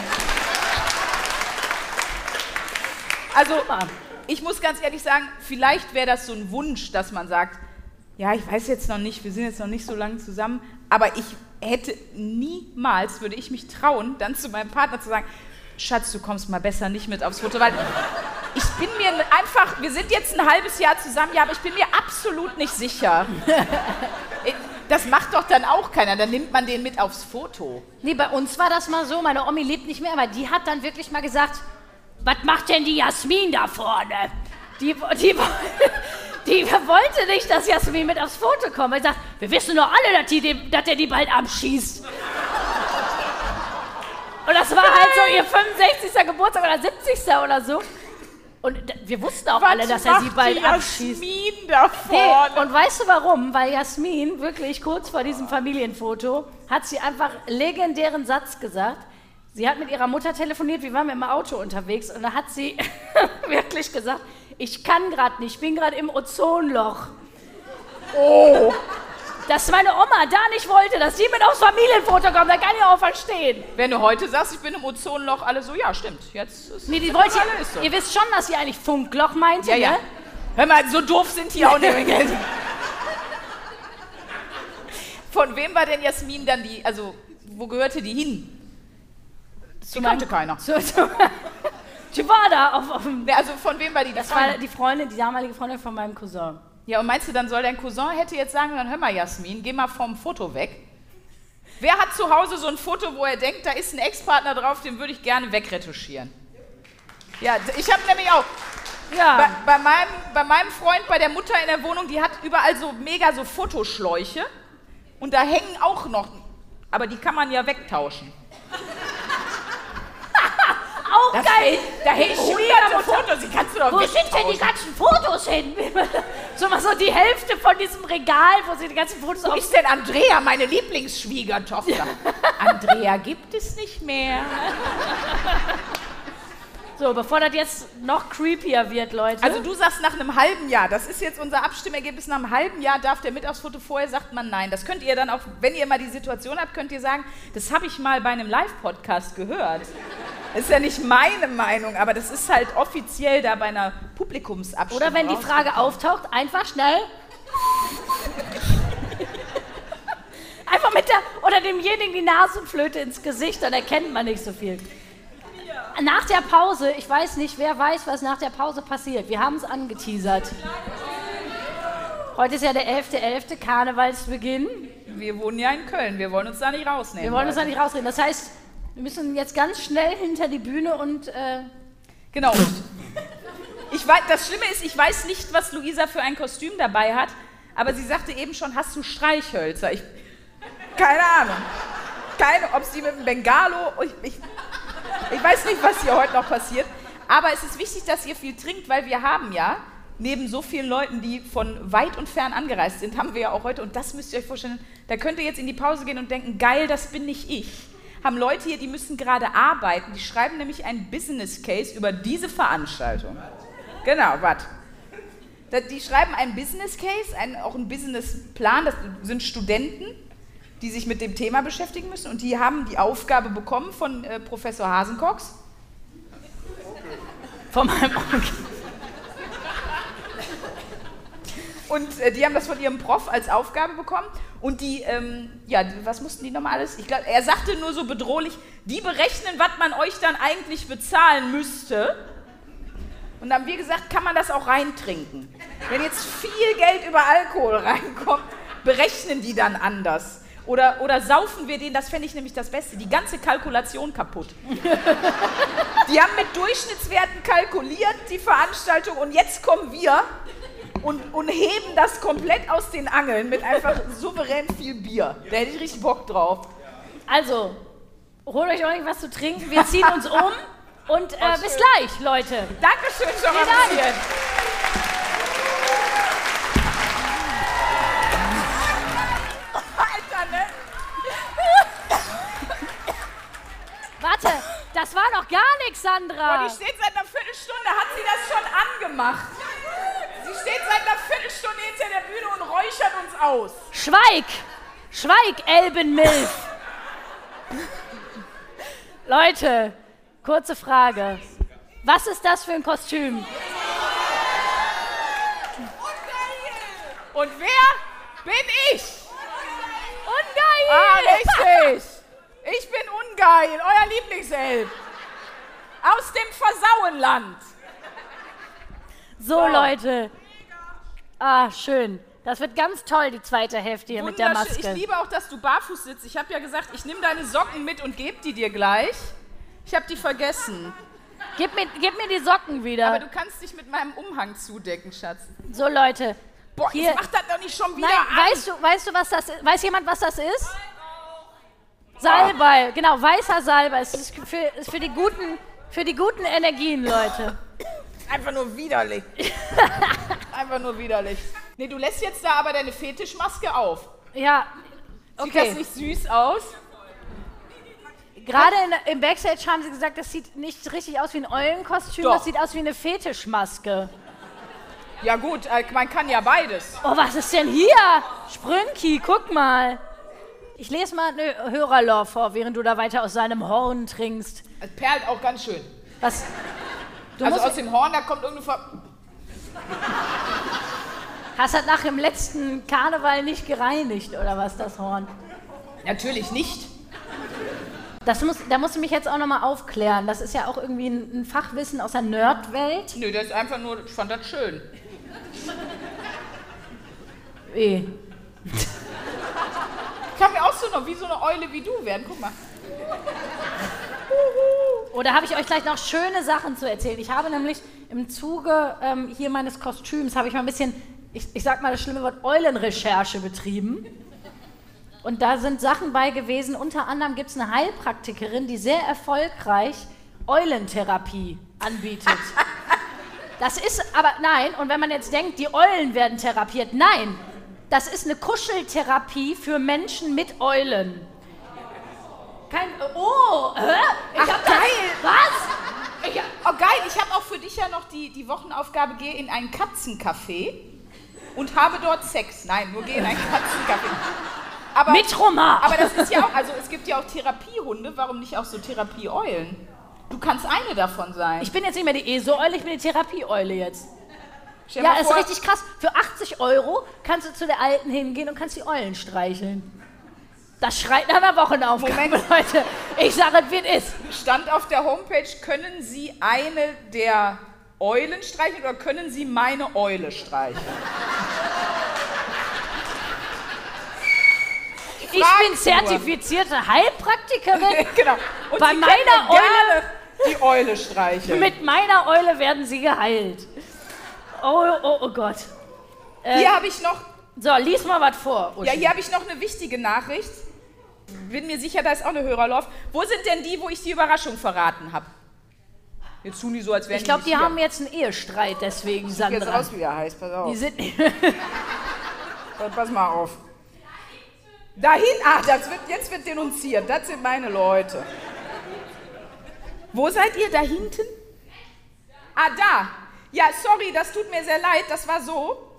Also, ich muss ganz ehrlich sagen, vielleicht wäre das so ein Wunsch, dass man sagt, ja, ich weiß jetzt noch nicht, wir sind jetzt noch nicht so lange zusammen, aber ich hätte niemals, würde ich mich trauen, dann zu meinem Partner zu sagen, Schatz, du kommst mal besser nicht mit aufs Foto, weil ich bin mir einfach, wir sind jetzt ein halbes Jahr zusammen, ja, aber ich bin mir absolut nicht sicher. Das macht doch dann auch keiner, dann nimmt man den mit aufs Foto. Nee, bei uns war das mal so, meine Omi lebt nicht mehr, aber die hat dann wirklich mal gesagt, was macht denn die Jasmin da vorne? Die wollte nicht, dass Jasmin mit aufs Foto kommt. Sie sagt, wir wissen doch alle, dass der die bald abschießt. Und das war halt so ihr 65. Geburtstag oder 70. oder so. Und wir wussten auch alle, dass er sie bald abschießt. Jasmin da vorne. Nee, und weißt du warum? Weil Jasmin wirklich kurz vor diesem Familienfoto hat sie einfach legendären Satz gesagt. Sie hat mit ihrer Mutter telefoniert, wir waren im Auto unterwegs und da hat sie wirklich gesagt, ich kann gerade nicht, ich bin gerade im Ozonloch. Oh. dass meine Oma da nicht wollte, dass sie mit aufs Familienfoto kommt, da kann ich auch verstehen. Wenn du heute sagst, ich bin im Ozonloch, alle so, ja, stimmt. Jetzt ist Nee, die wollte alle ist so. ihr wisst schon, dass sie eigentlich Funkloch meinte, Ja, ja. ne? Hör mal, so doof sind die auch nicht. Von wem war denn Jasmin dann die, also wo gehörte die hin? Die kannte keiner. Die war da auf dem... Ne, also von wem war die? Das war die Freundin, die damalige Freundin von meinem Cousin. Ja, und meinst du, dann soll dein Cousin hätte jetzt sagen, dann hör mal, Jasmin, geh mal vom Foto weg. Wer hat zu Hause so ein Foto, wo er denkt, da ist ein Ex-Partner drauf, den würde ich gerne wegretuschieren? Ja, ich habe nämlich auch... Ja. Bei meinem Freund, bei der Mutter in der Wohnung, die hat überall so mega so Fotoschläuche und da hängen auch noch, aber die kann man ja wegtauschen. Auch geil! Da hängen hunderte Fotos, die kannst du doch Wo sind denn die ganzen Fotos hin? So mal so die Hälfte von diesem Regal, wo sie die ganzen Fotos Wo auf... ist denn Andrea, meine Lieblingsschwiegertochter? Andrea gibt es nicht mehr. So, bevor das jetzt noch creepier wird, Leute. Also du sagst nach einem halben Jahr, das ist jetzt unser Abstimmergebnis, nach einem halben Jahr darf der mit aufs Foto, vorher sagt man nein. Das könnt ihr dann auch, wenn ihr mal die Situation habt, könnt ihr sagen, das habe ich mal bei einem Live-Podcast gehört. Das ist ja nicht meine Meinung, aber das ist halt offiziell da bei einer Publikumsabstimmung. Oder wenn die Frage auftaucht, einfach schnell... einfach mit der... oder demjenigen die Nasenflöte ins Gesicht, dann erkennt man nicht so viel. Nach der Pause, ich weiß nicht, wer weiß, was nach der Pause passiert. Wir haben es angeteasert. Heute ist ja der 11.11., Karnevalsbeginn. Wir wohnen ja in Köln, wir wollen uns da nicht rausnehmen. Wir wollen uns da nicht rausreden. Das heißt, wir müssen jetzt ganz schnell hinter die Bühne und... Genau. Ich weiß, das Schlimme ist, ich weiß nicht, was Luisa für ein Kostüm dabei hat, aber sie sagte eben schon, hast du Streichhölzer? Keine Ahnung. Ob sie mit dem Bengalo... Ich weiß nicht, was hier heute noch passiert, aber es ist wichtig, dass ihr viel trinkt, weil wir haben ja, neben so vielen Leuten, die von weit und fern angereist sind, haben wir ja auch heute, und das müsst ihr euch vorstellen, da könnt ihr jetzt in die Pause gehen und denken, geil, das bin nicht ich. Haben Leute hier, die müssen gerade arbeiten, die schreiben nämlich einen Business Case über diese Veranstaltung. Genau, warte. Die schreiben einen Business Case, auch einen Businessplan, das sind Studenten, die sich mit dem Thema beschäftigen müssen, und die haben die Aufgabe bekommen von Professor Hasenkox. Von meinem Onkel. Und die haben das von ihrem Prof als Aufgabe bekommen. Und die, was mussten die nochmal alles? Ich glaube, er sagte nur so bedrohlich, die berechnen, was man euch dann eigentlich bezahlen müsste. Und dann haben wir gesagt, kann man das auch reintrinken? Wenn jetzt viel Geld über Alkohol reinkommt, berechnen die dann anders. Oder saufen wir denen, das fände ich nämlich das Beste, die ganze Kalkulation kaputt. Die haben mit Durchschnittswerten kalkuliert, die Veranstaltung, und jetzt kommen wir und heben das komplett aus den Angeln mit einfach souverän viel Bier. Da hätte ich richtig Bock drauf. Also, holt euch ordentlich was zu trinken, wir ziehen uns um und bis gleich, Leute. Dankeschön, schon mal Vielen Dank. passiert. Alter, ne? Warte, das war noch gar nichts, Sandra. Boah, die steht seit einer Viertelstunde, hat sie das schon angemacht. Sie steht seit einer Viertelstunde hinter der Bühne und räuchert uns aus. Schweig, Elbenmilf. Leute, kurze Frage. Was ist das für ein Kostüm? Und wer bin ich? Ungeil! Ah, richtig. Ich bin Ungeil, euer Lieblingselb. Aus dem Versauenland. So, Leute. Ah, schön. Das wird ganz toll, die zweite Hälfte hier mit der Wunderschön. Maske. Ich liebe auch, dass du barfuß sitzt. Ich habe ja gesagt, ich nehme deine Socken mit und gebe die dir gleich. Ich habe die vergessen. Gib mir die Socken wieder. Aber du kannst dich mit meinem Umhang zudecken, Schatz. So, Leute. Boah, Hier. ich mach das doch nicht schon wieder Nein, an. weißt du, was das ist? Weiß jemand, was das ist? Salbei. Genau, weißer Salbei. Es ist für die guten Energien, Leute. Einfach nur widerlich. Einfach nur widerlich. Nee, du lässt jetzt da aber deine Fetischmaske auf. Ja, Sieht das okay. nicht süß aus? Gerade im Backstage haben sie gesagt, das sieht nicht richtig aus wie ein Eulenkostüm, Doch. das sieht aus wie eine Fetischmaske. Ja gut, man kann ja beides. Oh, was ist denn hier? Sprünki, guck mal. Ich lese mal eine Hörerlore vor, während du da weiter aus seinem Horn trinkst. Es perlt auch ganz schön. Was? Du Also musst, aus dem Horn, da kommt irgendeine hast das nach dem letzten Karneval nicht gereinigt, oder was, das Horn? Natürlich nicht. Da musst du mich jetzt auch nochmal aufklären. Das ist ja auch irgendwie ein Fachwissen aus der Nerdwelt. Nö, das ist einfach nur, ich fand das schön. Ich kann mir auch so noch wie so eine Eule wie du werden. Guck mal. Oder habe ich euch gleich noch schöne Sachen zu erzählen? Ich habe nämlich im Zuge hier meines Kostüms, habe ich mal ein bisschen, ich sag mal das schlimme Wort, Eulenrecherche betrieben. Und da sind Sachen bei gewesen. Unter anderem gibt es eine Heilpraktikerin, die sehr erfolgreich Eulentherapie anbietet. Das ist aber, nein, und wenn man jetzt denkt, die Eulen werden therapiert, nein, das ist eine Kuscheltherapie für Menschen mit Eulen. Ach, geil! Was? Oh geil, ich habe auch für dich ja noch die Wochenaufgabe, gehe in ein Katzencafé und habe dort Sex. Nein, nur gehe in ein Katzencafé. Aber, mit Roma! Aber das ist ja auch, also es gibt ja auch Therapiehunde, warum nicht auch so Therapieeulen? Du kannst eine davon sein. Ich bin jetzt nicht mehr die ESO-Eule, ich bin die Therapieeule jetzt. Stell Ja, mal das vor, ist richtig krass. Für 80 € kannst du zu der Alten hingehen und kannst die Eulen streicheln. Das schreit nach einer Wochenaufgabe, Moment. Leute. Ich sage es, wie es ist. stand auf der Homepage, können Sie eine der Eulen streicheln oder können Sie meine Eule streicheln? Ich bin zertifizierte Heilpraktikerin. Genau. Und Bei Sie meiner können Eule- gerne die Eule streicheln. Mit meiner Eule werden sie geheilt. Oh Gott. Hier habe ich noch, So, lies mal was vor, Uschi. ja, hier habe ich noch eine wichtige Nachricht. Bin mir sicher, da ist auch eine Hörerlauf. Wo sind denn die, wo ich die Überraschung verraten habe? Jetzt tun die so, als wären Ich glaube, nicht die hier. haben jetzt einen Ehestreit, deswegen, Sieht jetzt Sandra. aus, wie er heißt, pass auf. Die sind Pass mal auf. Dahin, jetzt wird denunziert. Das sind meine Leute. Wo seid ihr? Da hinten? Ah, da. Ja, sorry, das tut mir sehr leid. Das war so.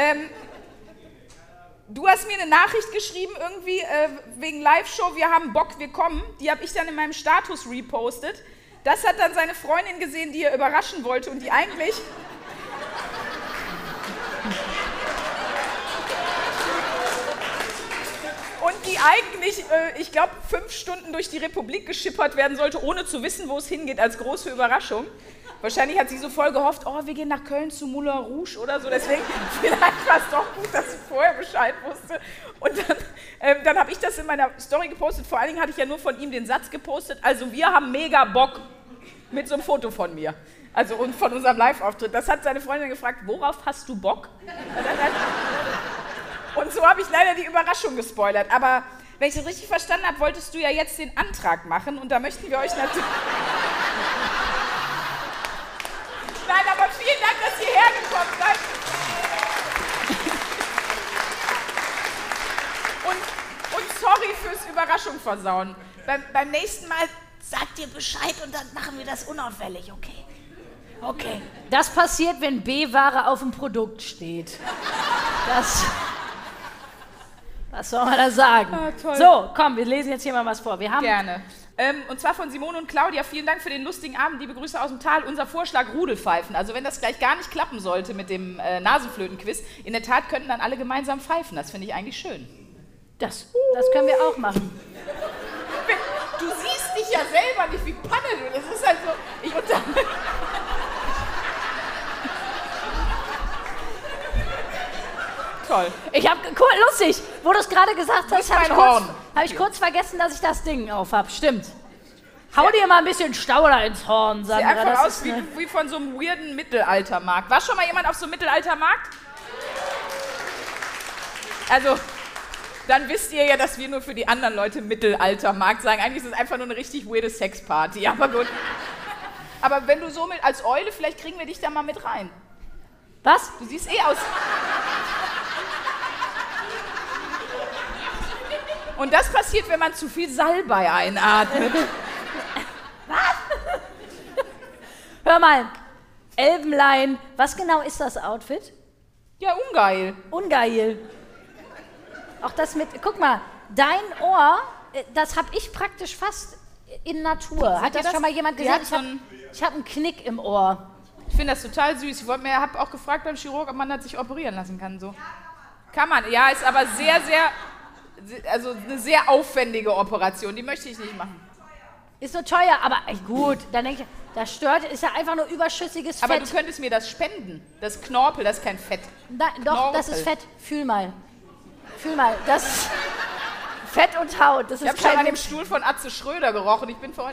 Du hast mir eine Nachricht geschrieben, irgendwie wegen Live-Show, wir haben Bock, wir kommen. Die habe ich dann in meinem Status repostet. Das hat dann seine Freundin gesehen, die er überraschen wollte und die eigentlich... Und die eigentlich, ich glaube, 5 Stunden durch die Republik geschippert werden sollte, ohne zu wissen, wo es hingeht, als große Überraschung. Wahrscheinlich hat sie so voll gehofft, oh, wir gehen nach Köln zu Moulin Rouge oder so. Deswegen, vielleicht war es doch gut, dass sie vorher Bescheid wusste. Und dann habe ich das in meiner Story gepostet. Vor allen Dingen hatte ich ja nur von ihm den Satz gepostet. Also wir haben mega Bock mit so einem Foto von mir. Also und von unserem Live-Auftritt. Das hat seine Freundin gefragt, worauf hast du Bock? Und so habe ich leider die Überraschung gespoilert. Aber wenn ich das richtig verstanden habe, wolltest du ja jetzt den Antrag machen. Und da möchten wir euch natürlich... Nein, aber vielen Dank, dass ihr hergekommen seid. Und sorry fürs Überraschung versauen. Beim nächsten Mal sagt ihr Bescheid und dann machen wir das unauffällig, okay? Okay. Das passiert, wenn B-Ware auf dem Produkt steht. Was soll man da sagen? Ah, toll. So, komm, wir lesen jetzt hier mal was vor. Wir haben Gerne. Und zwar von Simone und Claudia. Vielen Dank für den lustigen Abend. Liebe Grüße aus dem Tal. Unser Vorschlag Rudelpfeifen. Also wenn das gleich gar nicht klappen sollte mit dem Nasenflötenquiz, in der Tat könnten dann alle gemeinsam pfeifen. Das finde ich eigentlich schön. das können wir auch machen. Du siehst dich ja selber nicht wie Panne. Du. Das ist halt so... Toll. Ich habe, lustig, wo du es gerade gesagt hast, ist mein Horn. Habe ich kurz vergessen, dass ich das Ding auf habe. Stimmt. Hau dir mal ein bisschen Stauder ins Horn, Sieht Sandra. einfach Das aus ist wie von so einem weirden Mittelaltermarkt. War schon mal jemand auf so einem Mittelaltermarkt? Also, dann wisst ihr ja, dass wir nur für die anderen Leute Mittelaltermarkt sagen. Eigentlich ist es einfach nur eine richtig weirde Sexparty, aber gut. Aber wenn du so als Eule, vielleicht kriegen wir dich da mal mit rein. Was? Du siehst eh aus... Und das passiert, wenn man zu viel Salbei einatmet. Hör mal, Elbenlein, was genau ist das Outfit? Ja, ungeil. Ungeil. Auch das mit, guck mal, dein Ohr, das habe ich praktisch fast in Natur. Hat ihr das schon mal jemand Die gesehen? hat so ein- Ich habe einen Knick im Ohr. Ich finde das total süß. Ich habe auch gefragt beim Chirurg, ob man das sich operieren lassen kann. So. Kann man. Ja, ist aber also eine sehr aufwendige Operation. Die möchte ich nicht machen. Ist so teuer, aber gut, dann denke ich, das stört, ist ja einfach nur überschüssiges Aber Fett. du könntest mir das spenden. Das Knorpel, das ist kein Fett. Nein, doch, das ist Knorpel. Fett. Fühl mal. Das ist Fett und Haut. Das Ich ist habe schon an kein dem Stuhl von Atze Schröder gerochen. Ich bin für euch.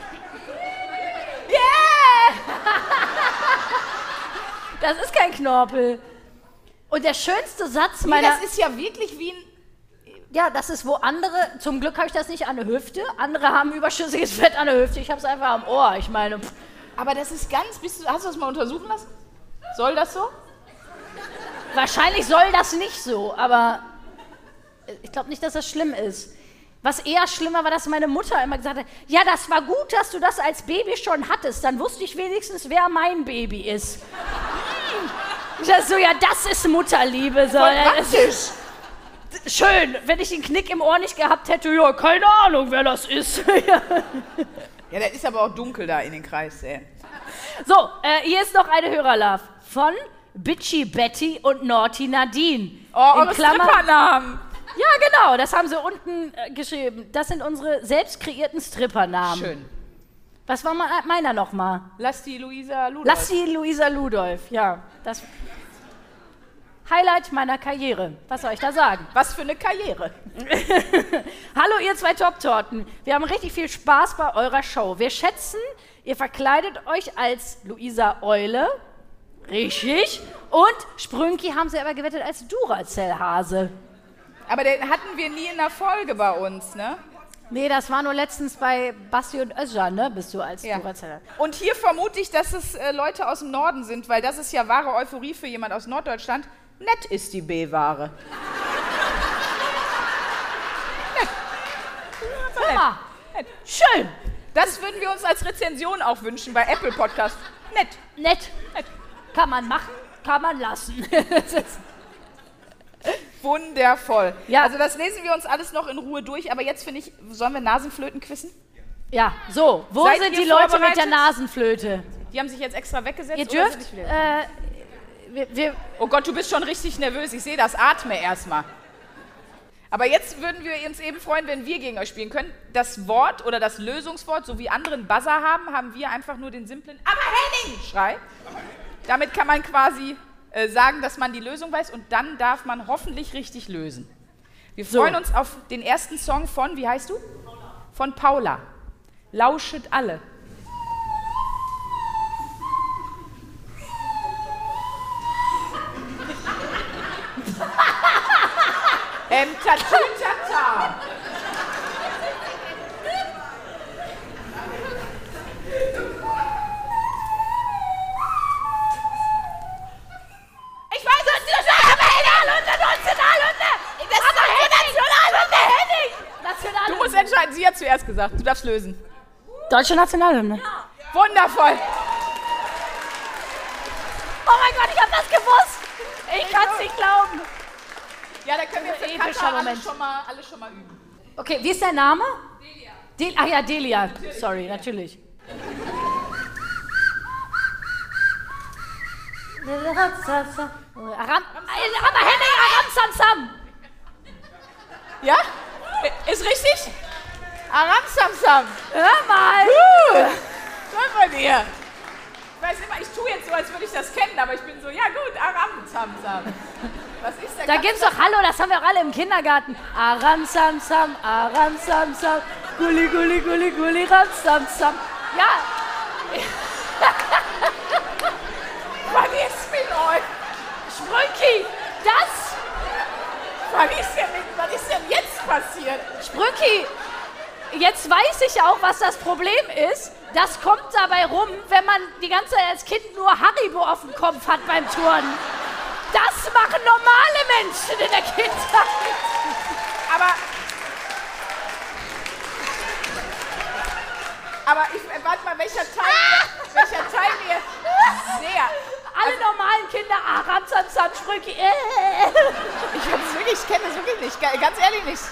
Das ist kein Knorpel. Und der schönste Satz Nee, meiner... das ist ja wirklich wie ein... Ja, das ist, wo andere, zum Glück habe ich das nicht an der Hüfte, andere haben überschüssiges Fett an der Hüfte, ich habe es einfach am Ohr, ich meine, Aber das ist ganz... Hast du das mal untersuchen lassen? Soll das so? wahrscheinlich soll das nicht so, aber ich glaube nicht, dass das schlimm ist. Was eher schlimmer war, dass meine Mutter immer gesagt hat, ja, das war gut, dass du das als Baby schon hattest, dann wusste ich wenigstens, wer mein Baby ist. Ich dachte so, ja, das ist Mutterliebe. So, das ist schön, wenn ich den Knick im Ohr nicht gehabt hätte, ja, keine Ahnung, wer das ist. Ja, das ist aber auch dunkel da in den Kreis, ey. So, hier ist noch eine Hörerlove von Bitchy Betty und Naughty Nadine. Oh, In eure Klammer- Strippernamen. Ja, genau, das haben sie unten geschrieben. Das sind unsere selbst kreierten Strippernamen. Schön. Was war meiner nochmal? Lass die Luisa Ludolf. Lass die Luisa Ludolf, ja. Das Highlight meiner Karriere. Was soll ich da sagen? Was für eine Karriere. Hallo ihr zwei Top-Torten. Wir haben richtig viel Spaß bei eurer Show. Wir schätzen, ihr verkleidet euch als Luisa Eule. Richtig. Und Sprünki haben sie aber gewettet als Duracell-Hase. Aber den hatten wir nie in der Folge bei uns, ne? Nee, das war nur letztens bei Basti und Özcan, ne? Bist du als Ja. Duracell. Und hier vermute ich, dass es Leute aus dem Norden sind, weil das ist ja wahre Euphorie für jemand aus Norddeutschland. Nett ist die B-Ware. Guck mal. Schön. Das würden wir uns als Rezension auch wünschen bei Apple Podcast. Nett. Nett. Kann man machen, kann man lassen. Wundervoll. Ja. Also das lesen wir uns alles noch in Ruhe durch, aber jetzt finde ich, sollen wir Nasenflöten quissen? Ja, so. Wo Seid sind ihr die Leute mit der vorbereitet? Nasenflöte? Die haben sich jetzt extra weggesetzt. Ihr oder dürft, sind die wieder- wir, Oh Gott, du bist schon richtig nervös. Ich sehe das. Atme erstmal. Aber jetzt würden wir uns eben freuen, wenn wir gegen euch spielen können. Das Wort oder das Lösungswort, so wie andere einen Buzzer haben, haben wir einfach nur den simplen Aber Henning-Schrei. Damit kann man quasi sagen, dass man die Lösung weiß und dann darf man hoffentlich richtig lösen. Wir freuen uns auf den ersten Song von, wie heißt du? Von Paula. Lauschet alle. Tatütata. Ich weiß es nicht, aber Nationalhymne, Nationalhymne! Das ist Nationalhymne, Henning! Du musst entscheiden, sie hat zuerst gesagt. Du darfst lösen. Deutsche Nationalhymne. Wundervoll. Oh mein Gott, ich hab das gewusst. Ich kann's nicht glauben. Ja, da können wir für Epischer Katar Moment. alles schon mal üben. Okay, wie ist der Name? Delia. Ach ja, Delia. Sorry, natürlich. Aber Henning, Aram Sam Sam. Ja? Ist richtig? Aram Sam Sam. Hör mal. Toll von dir. Ich weiß immer, ich tue jetzt so, als würde ich das kennen, aber ich bin so, ja gut, Aram Sam Sam. Was ist denn Da gibt's doch Hallo, das haben wir auch alle im Kindergarten. Aram Sam Sam, Aram Sam Sam, Gulli Gulli Gulli Gulli Ram Sam Sam. Ja, Was ist mit euch? Sprünki, das, Was ist denn jetzt passiert? Sprünki, jetzt weiß ich auch, was das Problem ist. Das kommt dabei rum, wenn man die ganze Zeit als Kind nur Haribo auf dem Kopf hat beim Turnen. Das machen normale Menschen in der Kindheit. Aber warte mal, welcher Teil mir sehr... Alle normalen Kinder, Aram Sam Sam, Sprünki. Ich kenne das wirklich nicht. Ganz ehrlich nicht.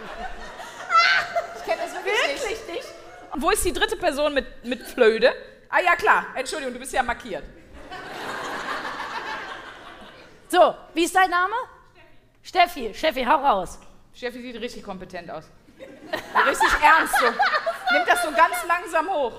Ich kenne das wirklich nicht. Und wo ist die dritte Person mit Flöde? Ah ja, klar. Entschuldigung, du bist ja markiert. So, wie ist dein Name? Steffi. Steffi, hau raus. Steffi sieht richtig kompetent aus. Richtig ernst so. Nimmt das so ganz langsam hoch.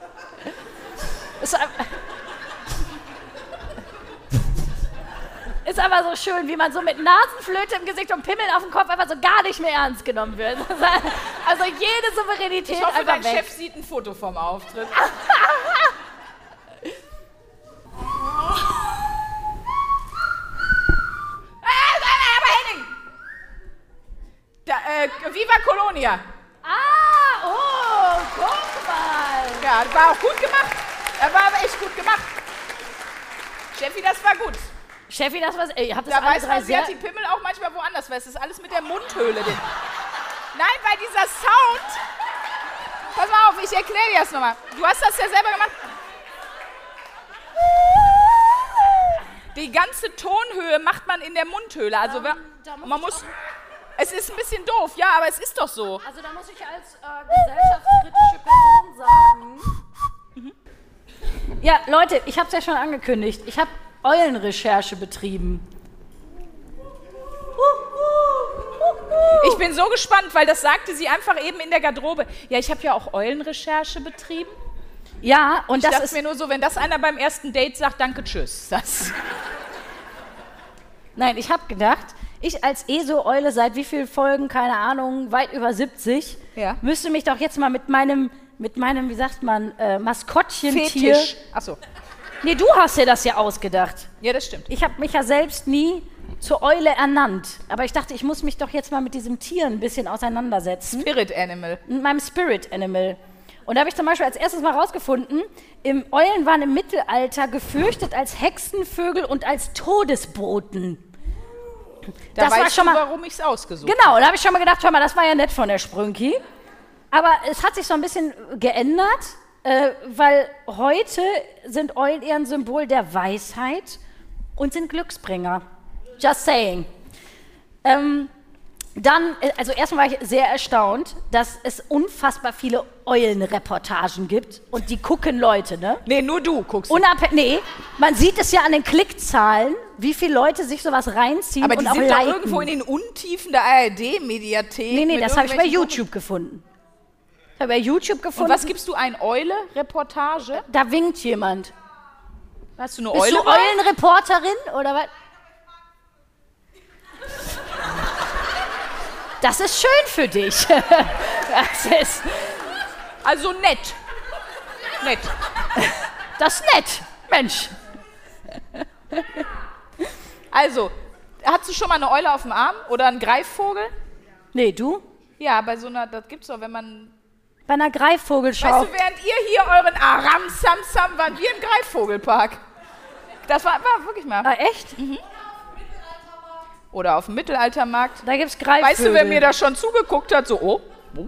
Ist aber so schön, wie man so mit Nasenflöte im Gesicht und Pimmel auf dem Kopf einfach so gar nicht mehr ernst genommen wird. Also jede Souveränität Ich hoffe, einfach dein weg. Chef sieht ein Foto vom Auftritt. Aber Henning! Viva Colonia! Guck mal. Ja, das war auch gut gemacht. Das war aber echt gut gemacht. Steffi, das war gut. Steffi, das was. Ihr habt das Da alle weiß drei man, sie sehr. hat die Pimmel auch manchmal woanders, weil es ist alles mit der Mundhöhle. Nein, weil dieser Sound... Pass mal auf, ich erkläre dir das nochmal. Du hast das ja selber gemacht. Die ganze Tonhöhe macht man in der Mundhöhle. Also man muss... Es ist ein bisschen doof, ja, aber es ist doch so. Also da muss ich als gesellschaftskritische Person sagen. Ja, Leute, ich habe es ja schon angekündigt. Ich habe Eulenrecherche betrieben. Ich bin so gespannt, weil das sagte sie einfach eben in der Garderobe. Ja, ich habe ja auch Eulenrecherche betrieben. Ja, und Ich das dachte ist... mir nur so, wenn das einer beim ersten Date sagt, danke, tschüss. Nein, ich habe gedacht, ich als ESO-Eule seit wie vielen Folgen, keine Ahnung, weit über 70, Ja. müsste mich doch jetzt mal mit meinem, wie sagt man, Maskottchentier... Fetisch. Achso. Nee, du hast dir das ja ausgedacht. Ja, das stimmt. Ich habe mich ja selbst nie zur Eule ernannt. Aber ich dachte, ich muss mich doch jetzt mal mit diesem Tier ein bisschen auseinandersetzen. Spirit Animal. Mit meinem Spirit Animal. Und da habe ich zum Beispiel als erstes mal rausgefunden, Eulen waren im Mittelalter gefürchtet als Hexenvögel und als Todesboten. Da Das war weißt schon du, mal- warum ich es ausgesucht habe. Genau, da habe ich schon mal gedacht, hör mal, das war ja nett von der Sprünki. Aber es hat sich so ein bisschen geändert, weil heute sind Eulen eher ein Symbol der Weisheit und sind Glücksbringer. Just saying. Dann, also erstmal war ich sehr erstaunt, dass es unfassbar viele Eulenreportagen gibt und die gucken Leute, ne? Nee, nur du guckst. Nee, man sieht es ja an den Klickzahlen, wie viele Leute sich sowas reinziehen aber und die auch sind doch liken. irgendwo in den Untiefen der ARD-Mediathek. Nee, mit das habe ich bei irgendwelchen YouTube gefunden. Ich habe bei YouTube Und gefunden, was gibst du ein? Eule-Reportage? da winkt jemand. Hast du eine Bist Eule? du Eulenreporterin oder was? Das ist schön für dich. Das ist Also nett. Nett. das ist nett, Mensch. Also, hast du schon mal eine Eule auf dem Arm oder einen Greifvogel? Nee, du? Ja, bei so einer, das gibt's doch, wenn man... Bei einer Greifvogelschau. Weißt du, während ihr hier euren Aram-Sam-Sam, waren wir im Greifvogelpark. Das war wirklich mal. Ah, echt? Oder auf dem Mittelaltermarkt. Da gibt's Greifvögel. Weißt du, wer mir da schon zugeguckt hat? So, oh.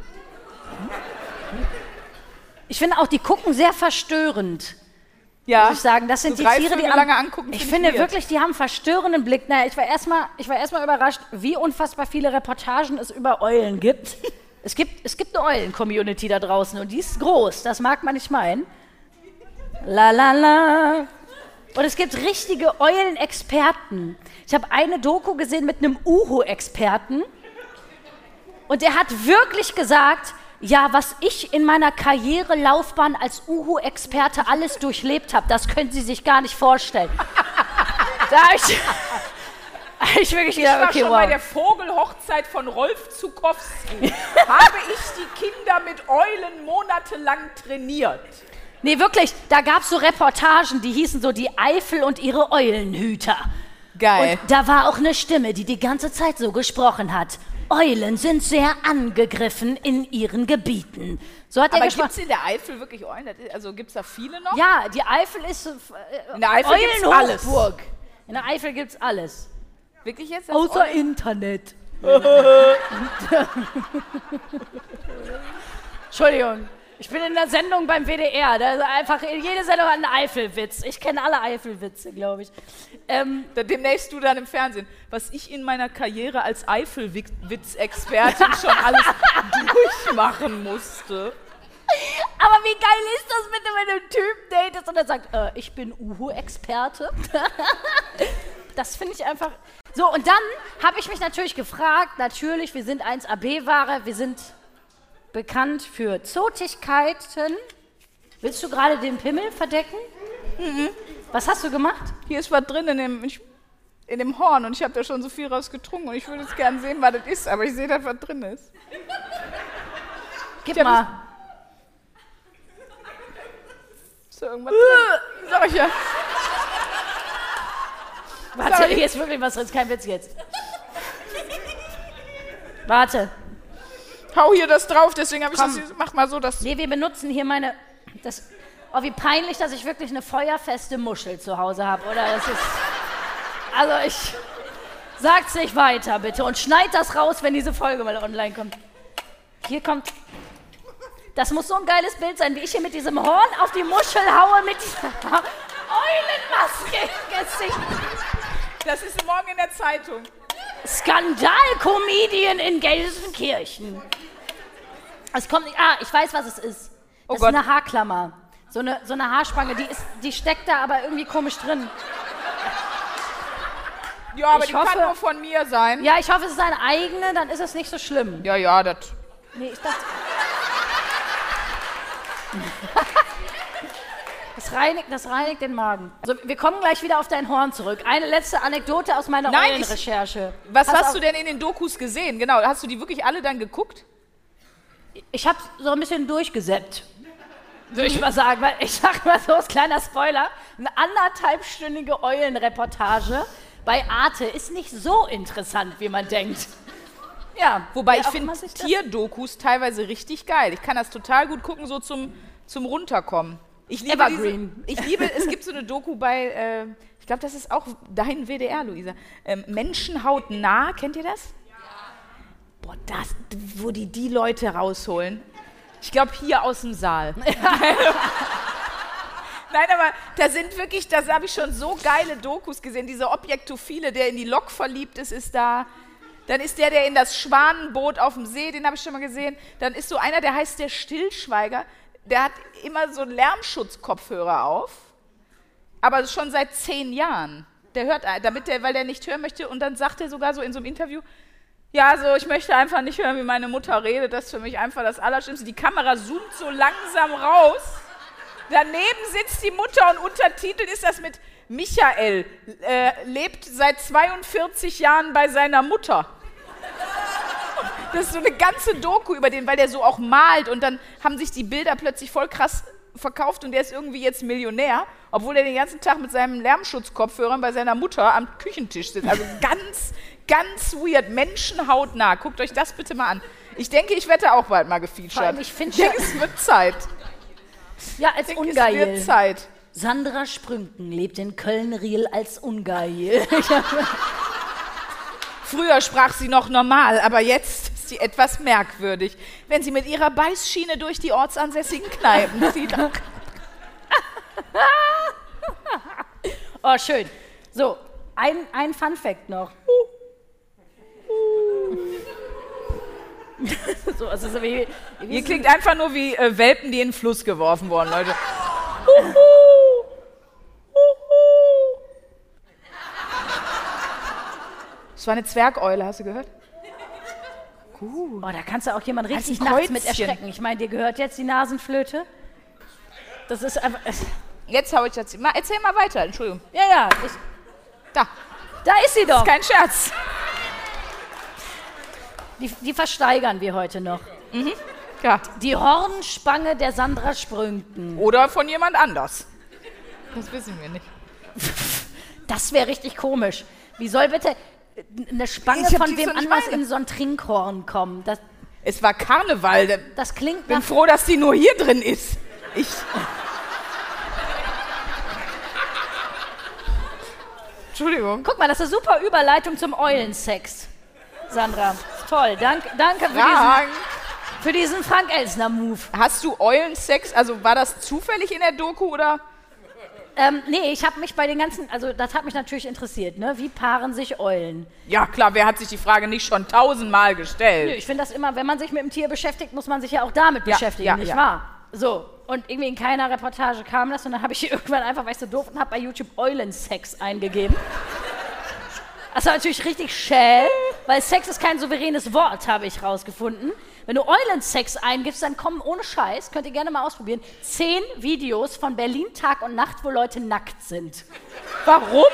Ich finde auch, die gucken sehr verstörend. Ja. Muss ich sagen, das sind So die Tiere, die Greifvögel lange angucken, ich find finde weird. wirklich, die haben einen verstörenden Blick. Naja, ich war erstmal überrascht, wie unfassbar viele Reportagen es über Eulen gibt. Es gibt eine Eulen-Community da draußen und die ist groß, das mag man nicht meinen. La la la. Und es gibt richtige Eulenexperten. Ich habe eine Doku gesehen mit einem Uhu-Experten und der hat wirklich gesagt, ja, was ich in meiner Karrierelaufbahn als Uhu-Experte alles durchlebt habe, das können Sie sich gar nicht vorstellen. Da habe ich wirklich Ich gedacht, war okay, schon bei wow. der Vogelhochzeit von Rolf Zukowski. Habe ich die Kinder mit Eulen monatelang trainiert. Nee, wirklich, da gab es so Reportagen, die hießen so die Eifel und ihre Eulenhüter. Geil. Und da war auch eine Stimme, die ganze Zeit so gesprochen hat. Eulen sind sehr angegriffen in ihren Gebieten. So hat er Aber gesprochen. gibt es in der Eifel wirklich Eulen? Also gibt es da viele noch? Ja, die Eifel ist In der Eifel gibt's alles. Eulenhochburg. In der Eifel gibt's alles. Wirklich jetzt? Das Außer Eulen? Internet. Entschuldigung. Ich bin in der Sendung beim WDR. Da ist einfach jede Sendung hat einen Eifelwitz. Ich kenne alle Eifelwitze, glaube ich. Demnächst du dann im Fernsehen. Was ich in meiner Karriere als Eifelwitz-Expertin schon alles durchmachen musste. Aber wie geil ist das, wenn du mit einem Typen datest und er sagt, ich bin Uhu-Experte? Das finde ich einfach... So, und dann habe ich mich natürlich gefragt, wir sind 1AB-Ware, wir sind bekannt für Zotigkeiten. Willst du gerade den Pimmel verdecken? Mhm. Was hast du gemacht? Hier ist was drin in dem Horn und ich habe da schon so viel raus getrunken und ich würde jetzt gerne sehen, was das ist, aber ich sehe, dass was drin ist. Gib mal. Ist da irgendwas drin? Sag ich ja. Warte, hier ist wirklich was drin, ist kein Witz jetzt. Warte. Hau hier das drauf, deswegen habe ich das hier, mach mal so, dass... Nee, wir benutzen hier oh, wie peinlich, dass ich wirklich eine feuerfeste Muschel zu Hause habe, oder? Das ist... Also ich... Sag's nicht weiter, bitte, und schneid das raus, wenn diese Folge mal online kommt. Hier kommt... Das muss so ein geiles Bild sein, wie ich hier mit diesem Horn auf die Muschel haue, mit dieser Eulenmaske im Gesicht. Das ist morgen in der Zeitung. Skandal-Comedian in Gelsenkirchen. Es kommt nicht. Ich weiß, was es ist. Das ist eine Haarklammer. So eine Haarspange, die steckt da aber irgendwie komisch drin. Ja, aber die kann nur von mir sein. Ja, ich hoffe, es ist eine eigene, dann ist es nicht so schlimm. Ja, das... Nee, ich dachte... Das reinigt den Magen. Also, wir kommen gleich wieder auf dein Horn zurück. Eine letzte Anekdote aus meiner Eulenrecherche. Was hast du denn in den Dokus gesehen? Genau, hast du die wirklich alle dann geguckt? Ich habe so ein bisschen durchgesäppt, würde ich mal sagen. Weil ich sag mal so, als kleiner Spoiler, eine 1,5-stündige Eulenreportage bei Arte ist nicht so interessant, wie man denkt. Ja, wobei ich finde Tierdokus teilweise richtig geil. Ich kann das total gut gucken, so zum Runterkommen. Ich liebe es gibt so eine Doku bei, ich glaube, das ist auch dein WDR, Luisa. Menschenhaut nah, kennt ihr das? Ja. Boah, wo die Leute rausholen. Ich glaube, hier aus dem Saal. Nein, aber da habe ich schon so geile Dokus gesehen. Dieser Objektophile, der in die Lok verliebt ist da. Dann ist der in das Schwanenboot auf dem See, den habe ich schon mal gesehen. Dann ist so einer, der heißt der Stillschweiger. Der hat immer so einen Lärmschutzkopfhörer auf, aber schon seit 10 Jahren. Der hört, weil der nicht hören möchte, und dann sagt er sogar so in so einem Interview, ja, also ich möchte einfach nicht hören, wie meine Mutter redet, das ist für mich einfach das Allerschlimmste. Die Kamera zoomt so langsam raus, daneben sitzt die Mutter und untertitelt ist das mit Michael, lebt seit 42 Jahren bei seiner Mutter. Das ist so eine ganze Doku über den, weil der so auch malt und dann haben sich die Bilder plötzlich voll krass verkauft und der ist irgendwie jetzt Millionär, obwohl er den ganzen Tag mit seinem Lärmschutzkopfhörern bei seiner Mutter am Küchentisch sitzt. Also ganz, ganz weird, menschenhautnah. Guckt euch das bitte mal an. Ich denke, ich werde auch bald mal gefeatured. Ich denke, es wird Zeit. Ja, als Ungeil. Es wird Zeit. Sandra Sprünken lebt in Köln-Riel als Ungeil. Früher sprach sie noch normal, aber jetzt ist sie etwas merkwürdig, wenn sie mit ihrer Beißschiene durch die ortsansässigen Kneipen zieht. Oh, schön. So, ein Funfact noch. So, also so wie ihr klingt einfach nur wie Welpen, die in den Fluss geworfen wurden, Leute. Das war eine Zwergeule, hast du gehört? Gut. Oh, da kannst du auch jemand richtig nachts mit erschrecken. Ich meine, dir gehört jetzt die Nasenflöte. Das ist einfach... Jetzt hau ich das... Erzähl mal weiter, Entschuldigung. Ja. Da ist sie doch. Das ist kein Scherz. Die versteigern wir heute noch. Mhm. Ja. Die Hornspange der Sandra Sprünken. Oder von jemand anders. Das wissen wir nicht. Das wäre richtig komisch. Wie soll bitte eine Spange von wem anders in so ein Trinkhorn kommen? Es war Karneval. Das klingt Ich bin froh, dass die nur hier drin ist. Entschuldigung. Guck mal, das ist eine super Überleitung zum Eulensex. Sandra, toll. Danke Für diesen Frank-Elsner-Move. Hast du Eulensex, also war das zufällig in der Doku oder? Nee, ich habe mich bei den ganzen, also das hat mich natürlich interessiert, ne? Wie paaren sich Eulen? Ja klar, wer hat sich die Frage nicht schon 1000-mal gestellt? Nö, ich finde das immer, wenn man sich mit dem Tier beschäftigt, muss man sich ja auch damit beschäftigen, ja, nicht ja. wahr? So, und irgendwie in keiner Reportage kam das und dann habe ich irgendwann einfach, weil ich so doof und habe bei YouTube Eulensex eingegeben. Das war natürlich richtig schäl, weil Sex ist kein souveränes Wort, habe ich rausgefunden. Wenn du Eulensex eingibst, dann kommen ohne Scheiß, könnt ihr gerne mal ausprobieren, 10 Videos von Berlin Tag und Nacht, wo Leute nackt sind. Warum?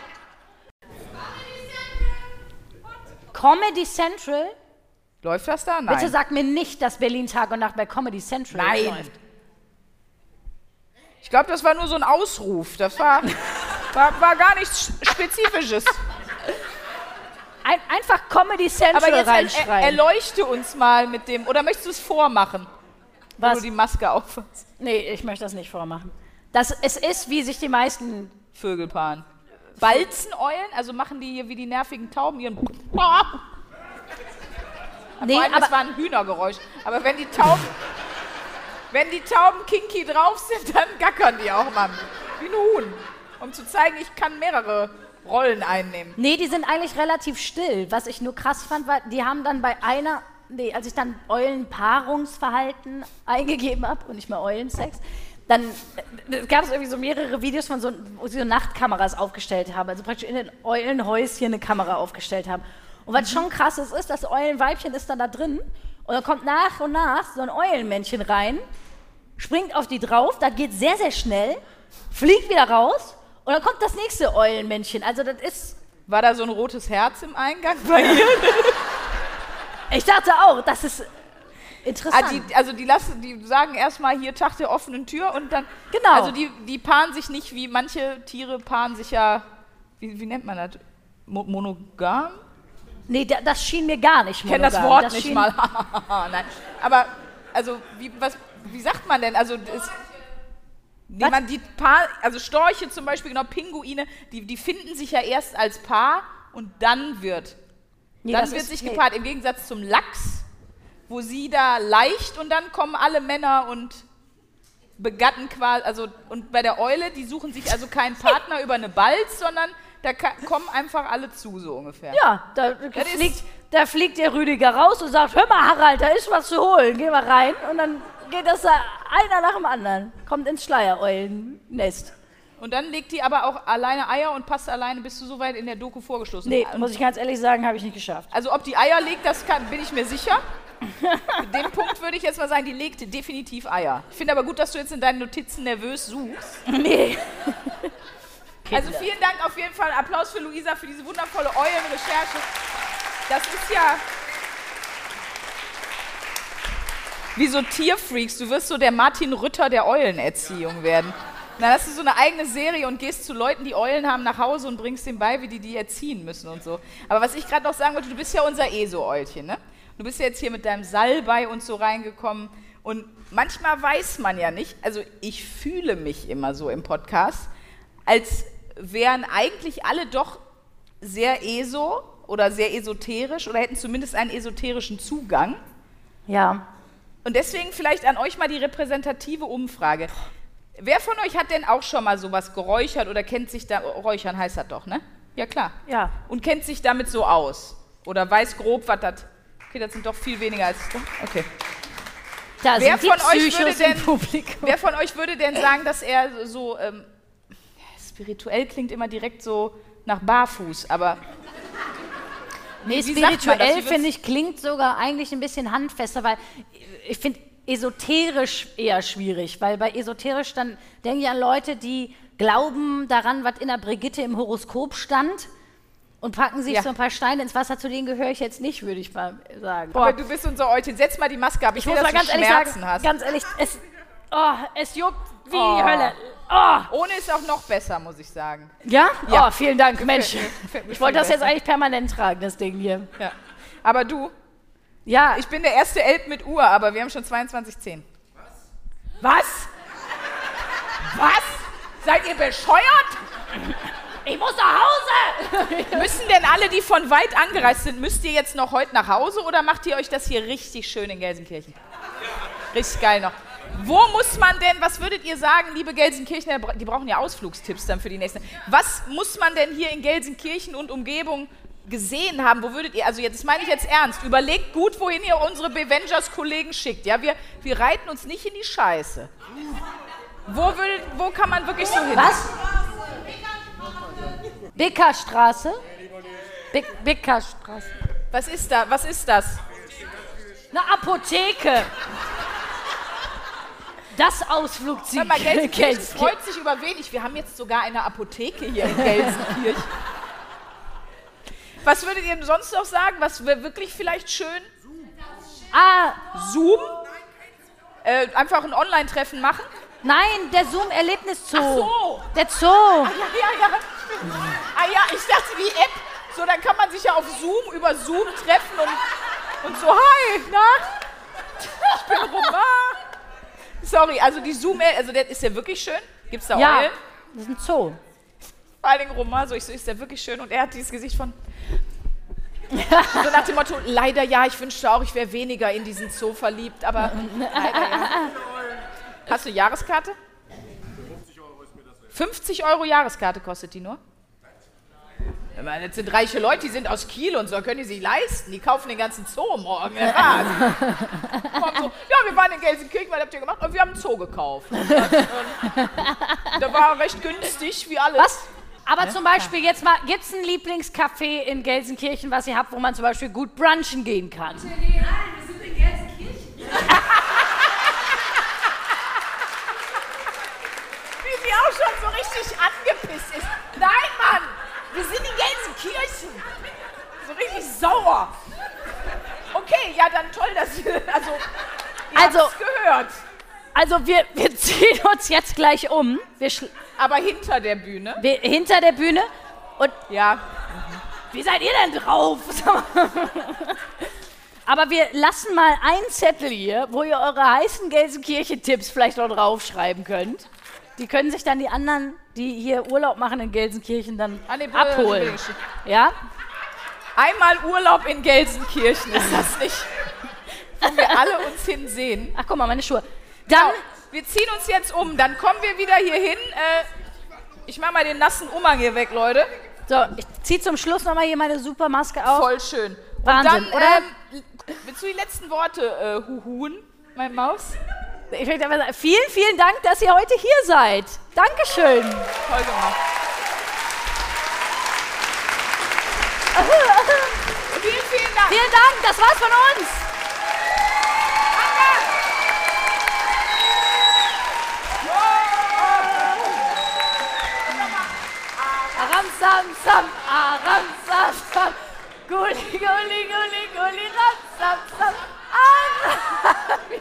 Comedy Central? Läuft das da? Nein. Bitte sag mir nicht, dass Berlin Tag und Nacht bei Comedy Central Nein. läuft. Ich glaube, das war nur so ein Ausruf. Das war gar nichts Spezifisches. Einfach Comedy Central Aber jetzt reinschreiben. erleuchte uns mal mit dem, oder möchtest du es vormachen? Wenn Was? du die Maske aufhast. Nee, ich möchte das nicht vormachen. Es ist, wie sich die meisten... Vögel paaren. Balzeneulen, also machen die hier wie die nervigen Tauben ihren... Nee, Vor allem, das war ein Hühnergeräusch. Aber wenn die Tauben kinky drauf sind, dann gackern die auch mal wie ein Huhn. Um zu zeigen, ich kann mehrere Rollen einnehmen. Nee, die sind eigentlich relativ still. Was ich nur krass fand, war, die haben dann bei als ich dann Eulenpaarungsverhalten eingegeben habe und nicht mehr Eulensex, dann gab es irgendwie so mehrere Videos von wo sie so Nachtkameras aufgestellt haben, also praktisch in den Eulenhäuschen eine Kamera aufgestellt haben. Und was schon krass ist, das Eulenweibchen ist dann da drin und dann kommt nach und nach so ein Eulenmännchen rein, springt auf die drauf, das geht sehr, sehr schnell, fliegt wieder raus und dann kommt das nächste Eulenmännchen. Also das ist... War da so ein rotes Herz im Eingang bei ihr? Ich dachte auch, das ist interessant. Die sagen erstmal hier Tag der offenen Tür und dann... Genau. Also die paaren sich nicht wie manche Tiere paaren sich ja... Wie nennt man das? Monogam? Nee, das schien mir gar nicht Ich kenne monogam. das Wort nicht mal. Nein. Aber, also, wie sagt man denn? Also, Storche zum Beispiel, genau, Pinguine, die finden sich ja erst als Paar und dann wird sich gepaart. Im Gegensatz zum Lachs, wo sie da leicht und dann kommen alle Männer und begatten quasi, also, und bei der Eule, die suchen sich also keinen Partner über eine Balz, sondern da kommen einfach alle zu, so ungefähr. Ja, da fliegt der Rüdiger raus und sagt, hör mal Harald, da ist was zu holen, geh mal rein. Und dann geht das da einer nach dem anderen, kommt ins Schleiereulennest. Und dann legt die aber auch alleine Eier und passt alleine, bist du so weit in der Doku vorgestoßen? Nee, muss ich ganz ehrlich sagen, habe ich nicht geschafft. Also ob die Eier legt, bin ich mir sicher. Mit dem Punkt würde ich jetzt mal sagen, die legt definitiv Eier. Ich finde aber gut, dass du jetzt in deinen Notizen nervös suchst. Nee. Also vielen Dank auf jeden Fall. Applaus für Luisa für diese wundervolle Eulenrecherche. Das ist ja wie so Tierfreaks. Du wirst so der Martin Rütter der Eulenerziehung werden. Dann hast du so eine eigene Serie und gehst zu Leuten, die Eulen haben, nach Hause und bringst denen bei, wie die erziehen müssen und so. Aber was ich gerade noch sagen wollte, du bist ja unser ESO-Eulchen, ne? Du bist ja jetzt hier mit deinem Salbei und so reingekommen. Und manchmal weiß man ja nicht, also ich fühle mich immer so im Podcast, als wären eigentlich alle doch sehr ESO oder sehr esoterisch oder hätten zumindest einen esoterischen Zugang. Ja. Und deswegen vielleicht an euch mal die repräsentative Umfrage. Wer von euch hat denn auch schon mal sowas geräuchert oder kennt sich da, räuchern heißt das doch, ne? Ja, klar. Ja. Und kennt sich damit so aus? Oder weiß grob, was das... Okay, das sind doch viel weniger als... Okay. Da Wer sind die von euch Psychos im Publikum. Wer von euch würde denn sagen, dass er so... spirituell klingt immer direkt so nach Barfuß, aber... Nee, wie sagt man das? spirituell, finde ich, klingt sogar eigentlich ein bisschen handfester, weil ich finde esoterisch eher schwierig, weil bei esoterisch dann denke ich an Leute, die glauben daran, was in der Brigitte im Horoskop stand und packen sich so ein paar Steine ins Wasser, zu denen gehöre ich jetzt nicht, würde ich mal sagen. Aber du bist unser Eulchen, setz mal die Maske ab, ich will, muss dass mal du ganz ehrlich Schmerzen sagen, hast. ganz ehrlich, es juckt wie die Hölle. Oh. Ohne ist auch noch besser, muss ich sagen. Ja? Ja. Oh, vielen Dank, Mensch. Gefällt mir Ich wollte viel das jetzt besser. eigentlich permanent tragen, das Ding hier. Ja. Aber du, Ja, ich bin der erste Elb mit Uhr, aber wir haben schon 22:10. was? Was? Seid ihr bescheuert? Ich muss nach Hause! Müssen denn alle, die von weit angereist sind, müsst ihr jetzt noch heute nach Hause oder macht ihr euch das hier richtig schön in Gelsenkirchen? Richtig geil noch. Wo muss man denn, was würdet ihr sagen, liebe Gelsenkirchener, die brauchen ja Ausflugstipps dann für die nächsten. Was muss man denn hier in Gelsenkirchen und Umgebung gesehen haben? Wo würdet ihr, also jetzt, das meine ich jetzt ernst, überlegt gut, wohin ihr unsere Bevengers-Kollegen schickt. Ja, wir reiten uns nicht in die Scheiße. Wo kann man wirklich so hin? Was? Bickerstraße? Bickerstraße. Was ist da? Was ist das? Eine Apotheke. Das Ausflugsziel. Hör mal, Gelsenkirchen freut sich über wenig. Wir haben jetzt sogar eine Apotheke hier in Gelsenkirchen. Was würdet ihr sonst noch sagen? Was wäre wirklich vielleicht schön? Zoom? Einfach ein Online-Treffen machen? Nein, der Zoom-Erlebniszoo. Ach so. Der Zoo. Ja. Ich dachte die App. So, dann kann man sich ja auf Zoom, über Zoom treffen und so, hi, na? Ich bin Roman. Sorry, also die Zoom, also der ist ja wirklich schön. Gibt's da Ja, Eulen? das ist ein Zoo. Vor allen Dingen Roman, so ist der wirklich schön und er hat dieses Gesicht von so nach dem Motto, leider ja, ich wünschte auch, ich wäre weniger in diesen Zoo verliebt, aber leider ja. Hast du eine Jahreskarte? 50 € Jahreskarte kostet die nur? Ich meine, das sind reiche Leute, die sind aus Kiel und so, können die sich leisten. Die kaufen den ganzen Zoo morgen. Ja, wir waren in Gelsenkirchen, was habt ihr gemacht? Und wir haben einen Zoo gekauft. Der war recht günstig, wie alles. Was? Aber zum Beispiel jetzt mal, gibt es ein Lieblingscafé in Gelsenkirchen, was ihr habt, wo man zum Beispiel gut brunchen gehen kann? Nein, wir sind in Gelsenkirchen. Wie sie auch schon so richtig angepisst ist. Nein, Mann! Wir sind in Gelsenkirchen. So richtig sauer. Okay, ja, dann toll, dass ihr, ihr habt's gehört. Also wir ziehen uns jetzt gleich um. Aber hinter der Bühne. Hinter der Bühne. Und Ja. wie seid ihr denn drauf? Aber wir lassen mal einen Zettel hier, wo ihr eure heißen Gelsenkirchen-Tipps vielleicht noch draufschreiben könnt. Die können sich dann die anderen, die hier Urlaub machen in Gelsenkirchen, dann abholen. Ja? Einmal Urlaub in Gelsenkirchen, ist das nicht? Wo wir alle uns hinsehen. Ach, guck mal, meine Schuhe. Dann, wir ziehen uns jetzt um, dann kommen wir wieder hier hin. Ich mach mal den nassen Umhang hier weg, Leute. so, ich ziehe zum Schluss nochmal hier meine super Maske auf. Voll schön. Wahnsinn, und dann, oder? willst du die letzten Worte huhuhen, mein Maus? Ich möchte aber sagen, vielen, vielen Dank, dass ihr heute hier seid. Dankeschön. Toll gemacht. Vielen, vielen Dank. Vielen Dank, das war's von uns. Aram sam sam, aram sam sam, guli guli guli guli ram sam sam, arami,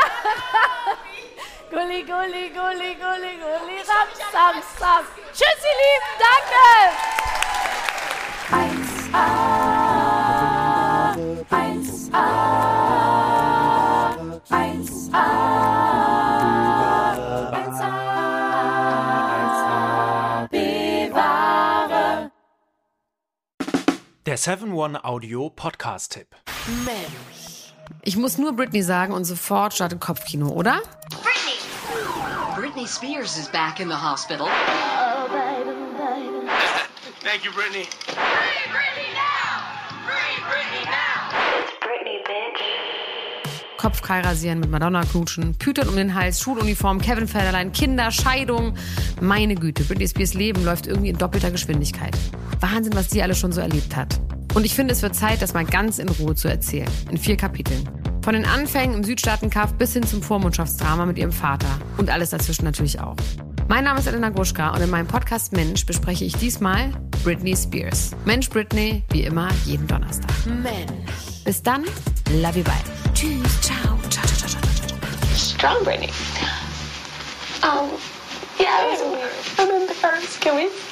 guli guli guli guli guli ram sam sam. Tschüss, ihr Lieben, danke. 1A, 1A, 1A, 1A, bewahre. Der 7-One-Audio-Podcast-Tipp. Ich muss nur Britney sagen und sofort startet Kopfkino, oder? Britney Spears is back in the hospital. Thank you, Brittany. Kopfkeil rasieren, mit Madonna knutschen, Pütern um den Hals, Schuluniform, Kevin Federlein, Kinder, Scheidung. Meine Güte, Britney Spears Leben läuft irgendwie in doppelter Geschwindigkeit. Wahnsinn, was die alle schon so erlebt hat. Und ich finde, es wird Zeit, das mal ganz in Ruhe zu erzählen. In 4 Kapiteln. Von den Anfängen im Südstaaten-Kaff bis hin zum Vormundschaftsdrama mit ihrem Vater. Und alles dazwischen natürlich auch. Mein Name ist Elena Gruschka und in meinem Podcast Mensch bespreche ich diesmal Britney Spears. Mensch Britney, wie immer, jeden Donnerstag. Mensch. Bis dann, love you, bye. Tschüss, ciao, ciao, ciao, ciao, ciao, ciao. Strong Britney. Yeah, I'm in the first. Can we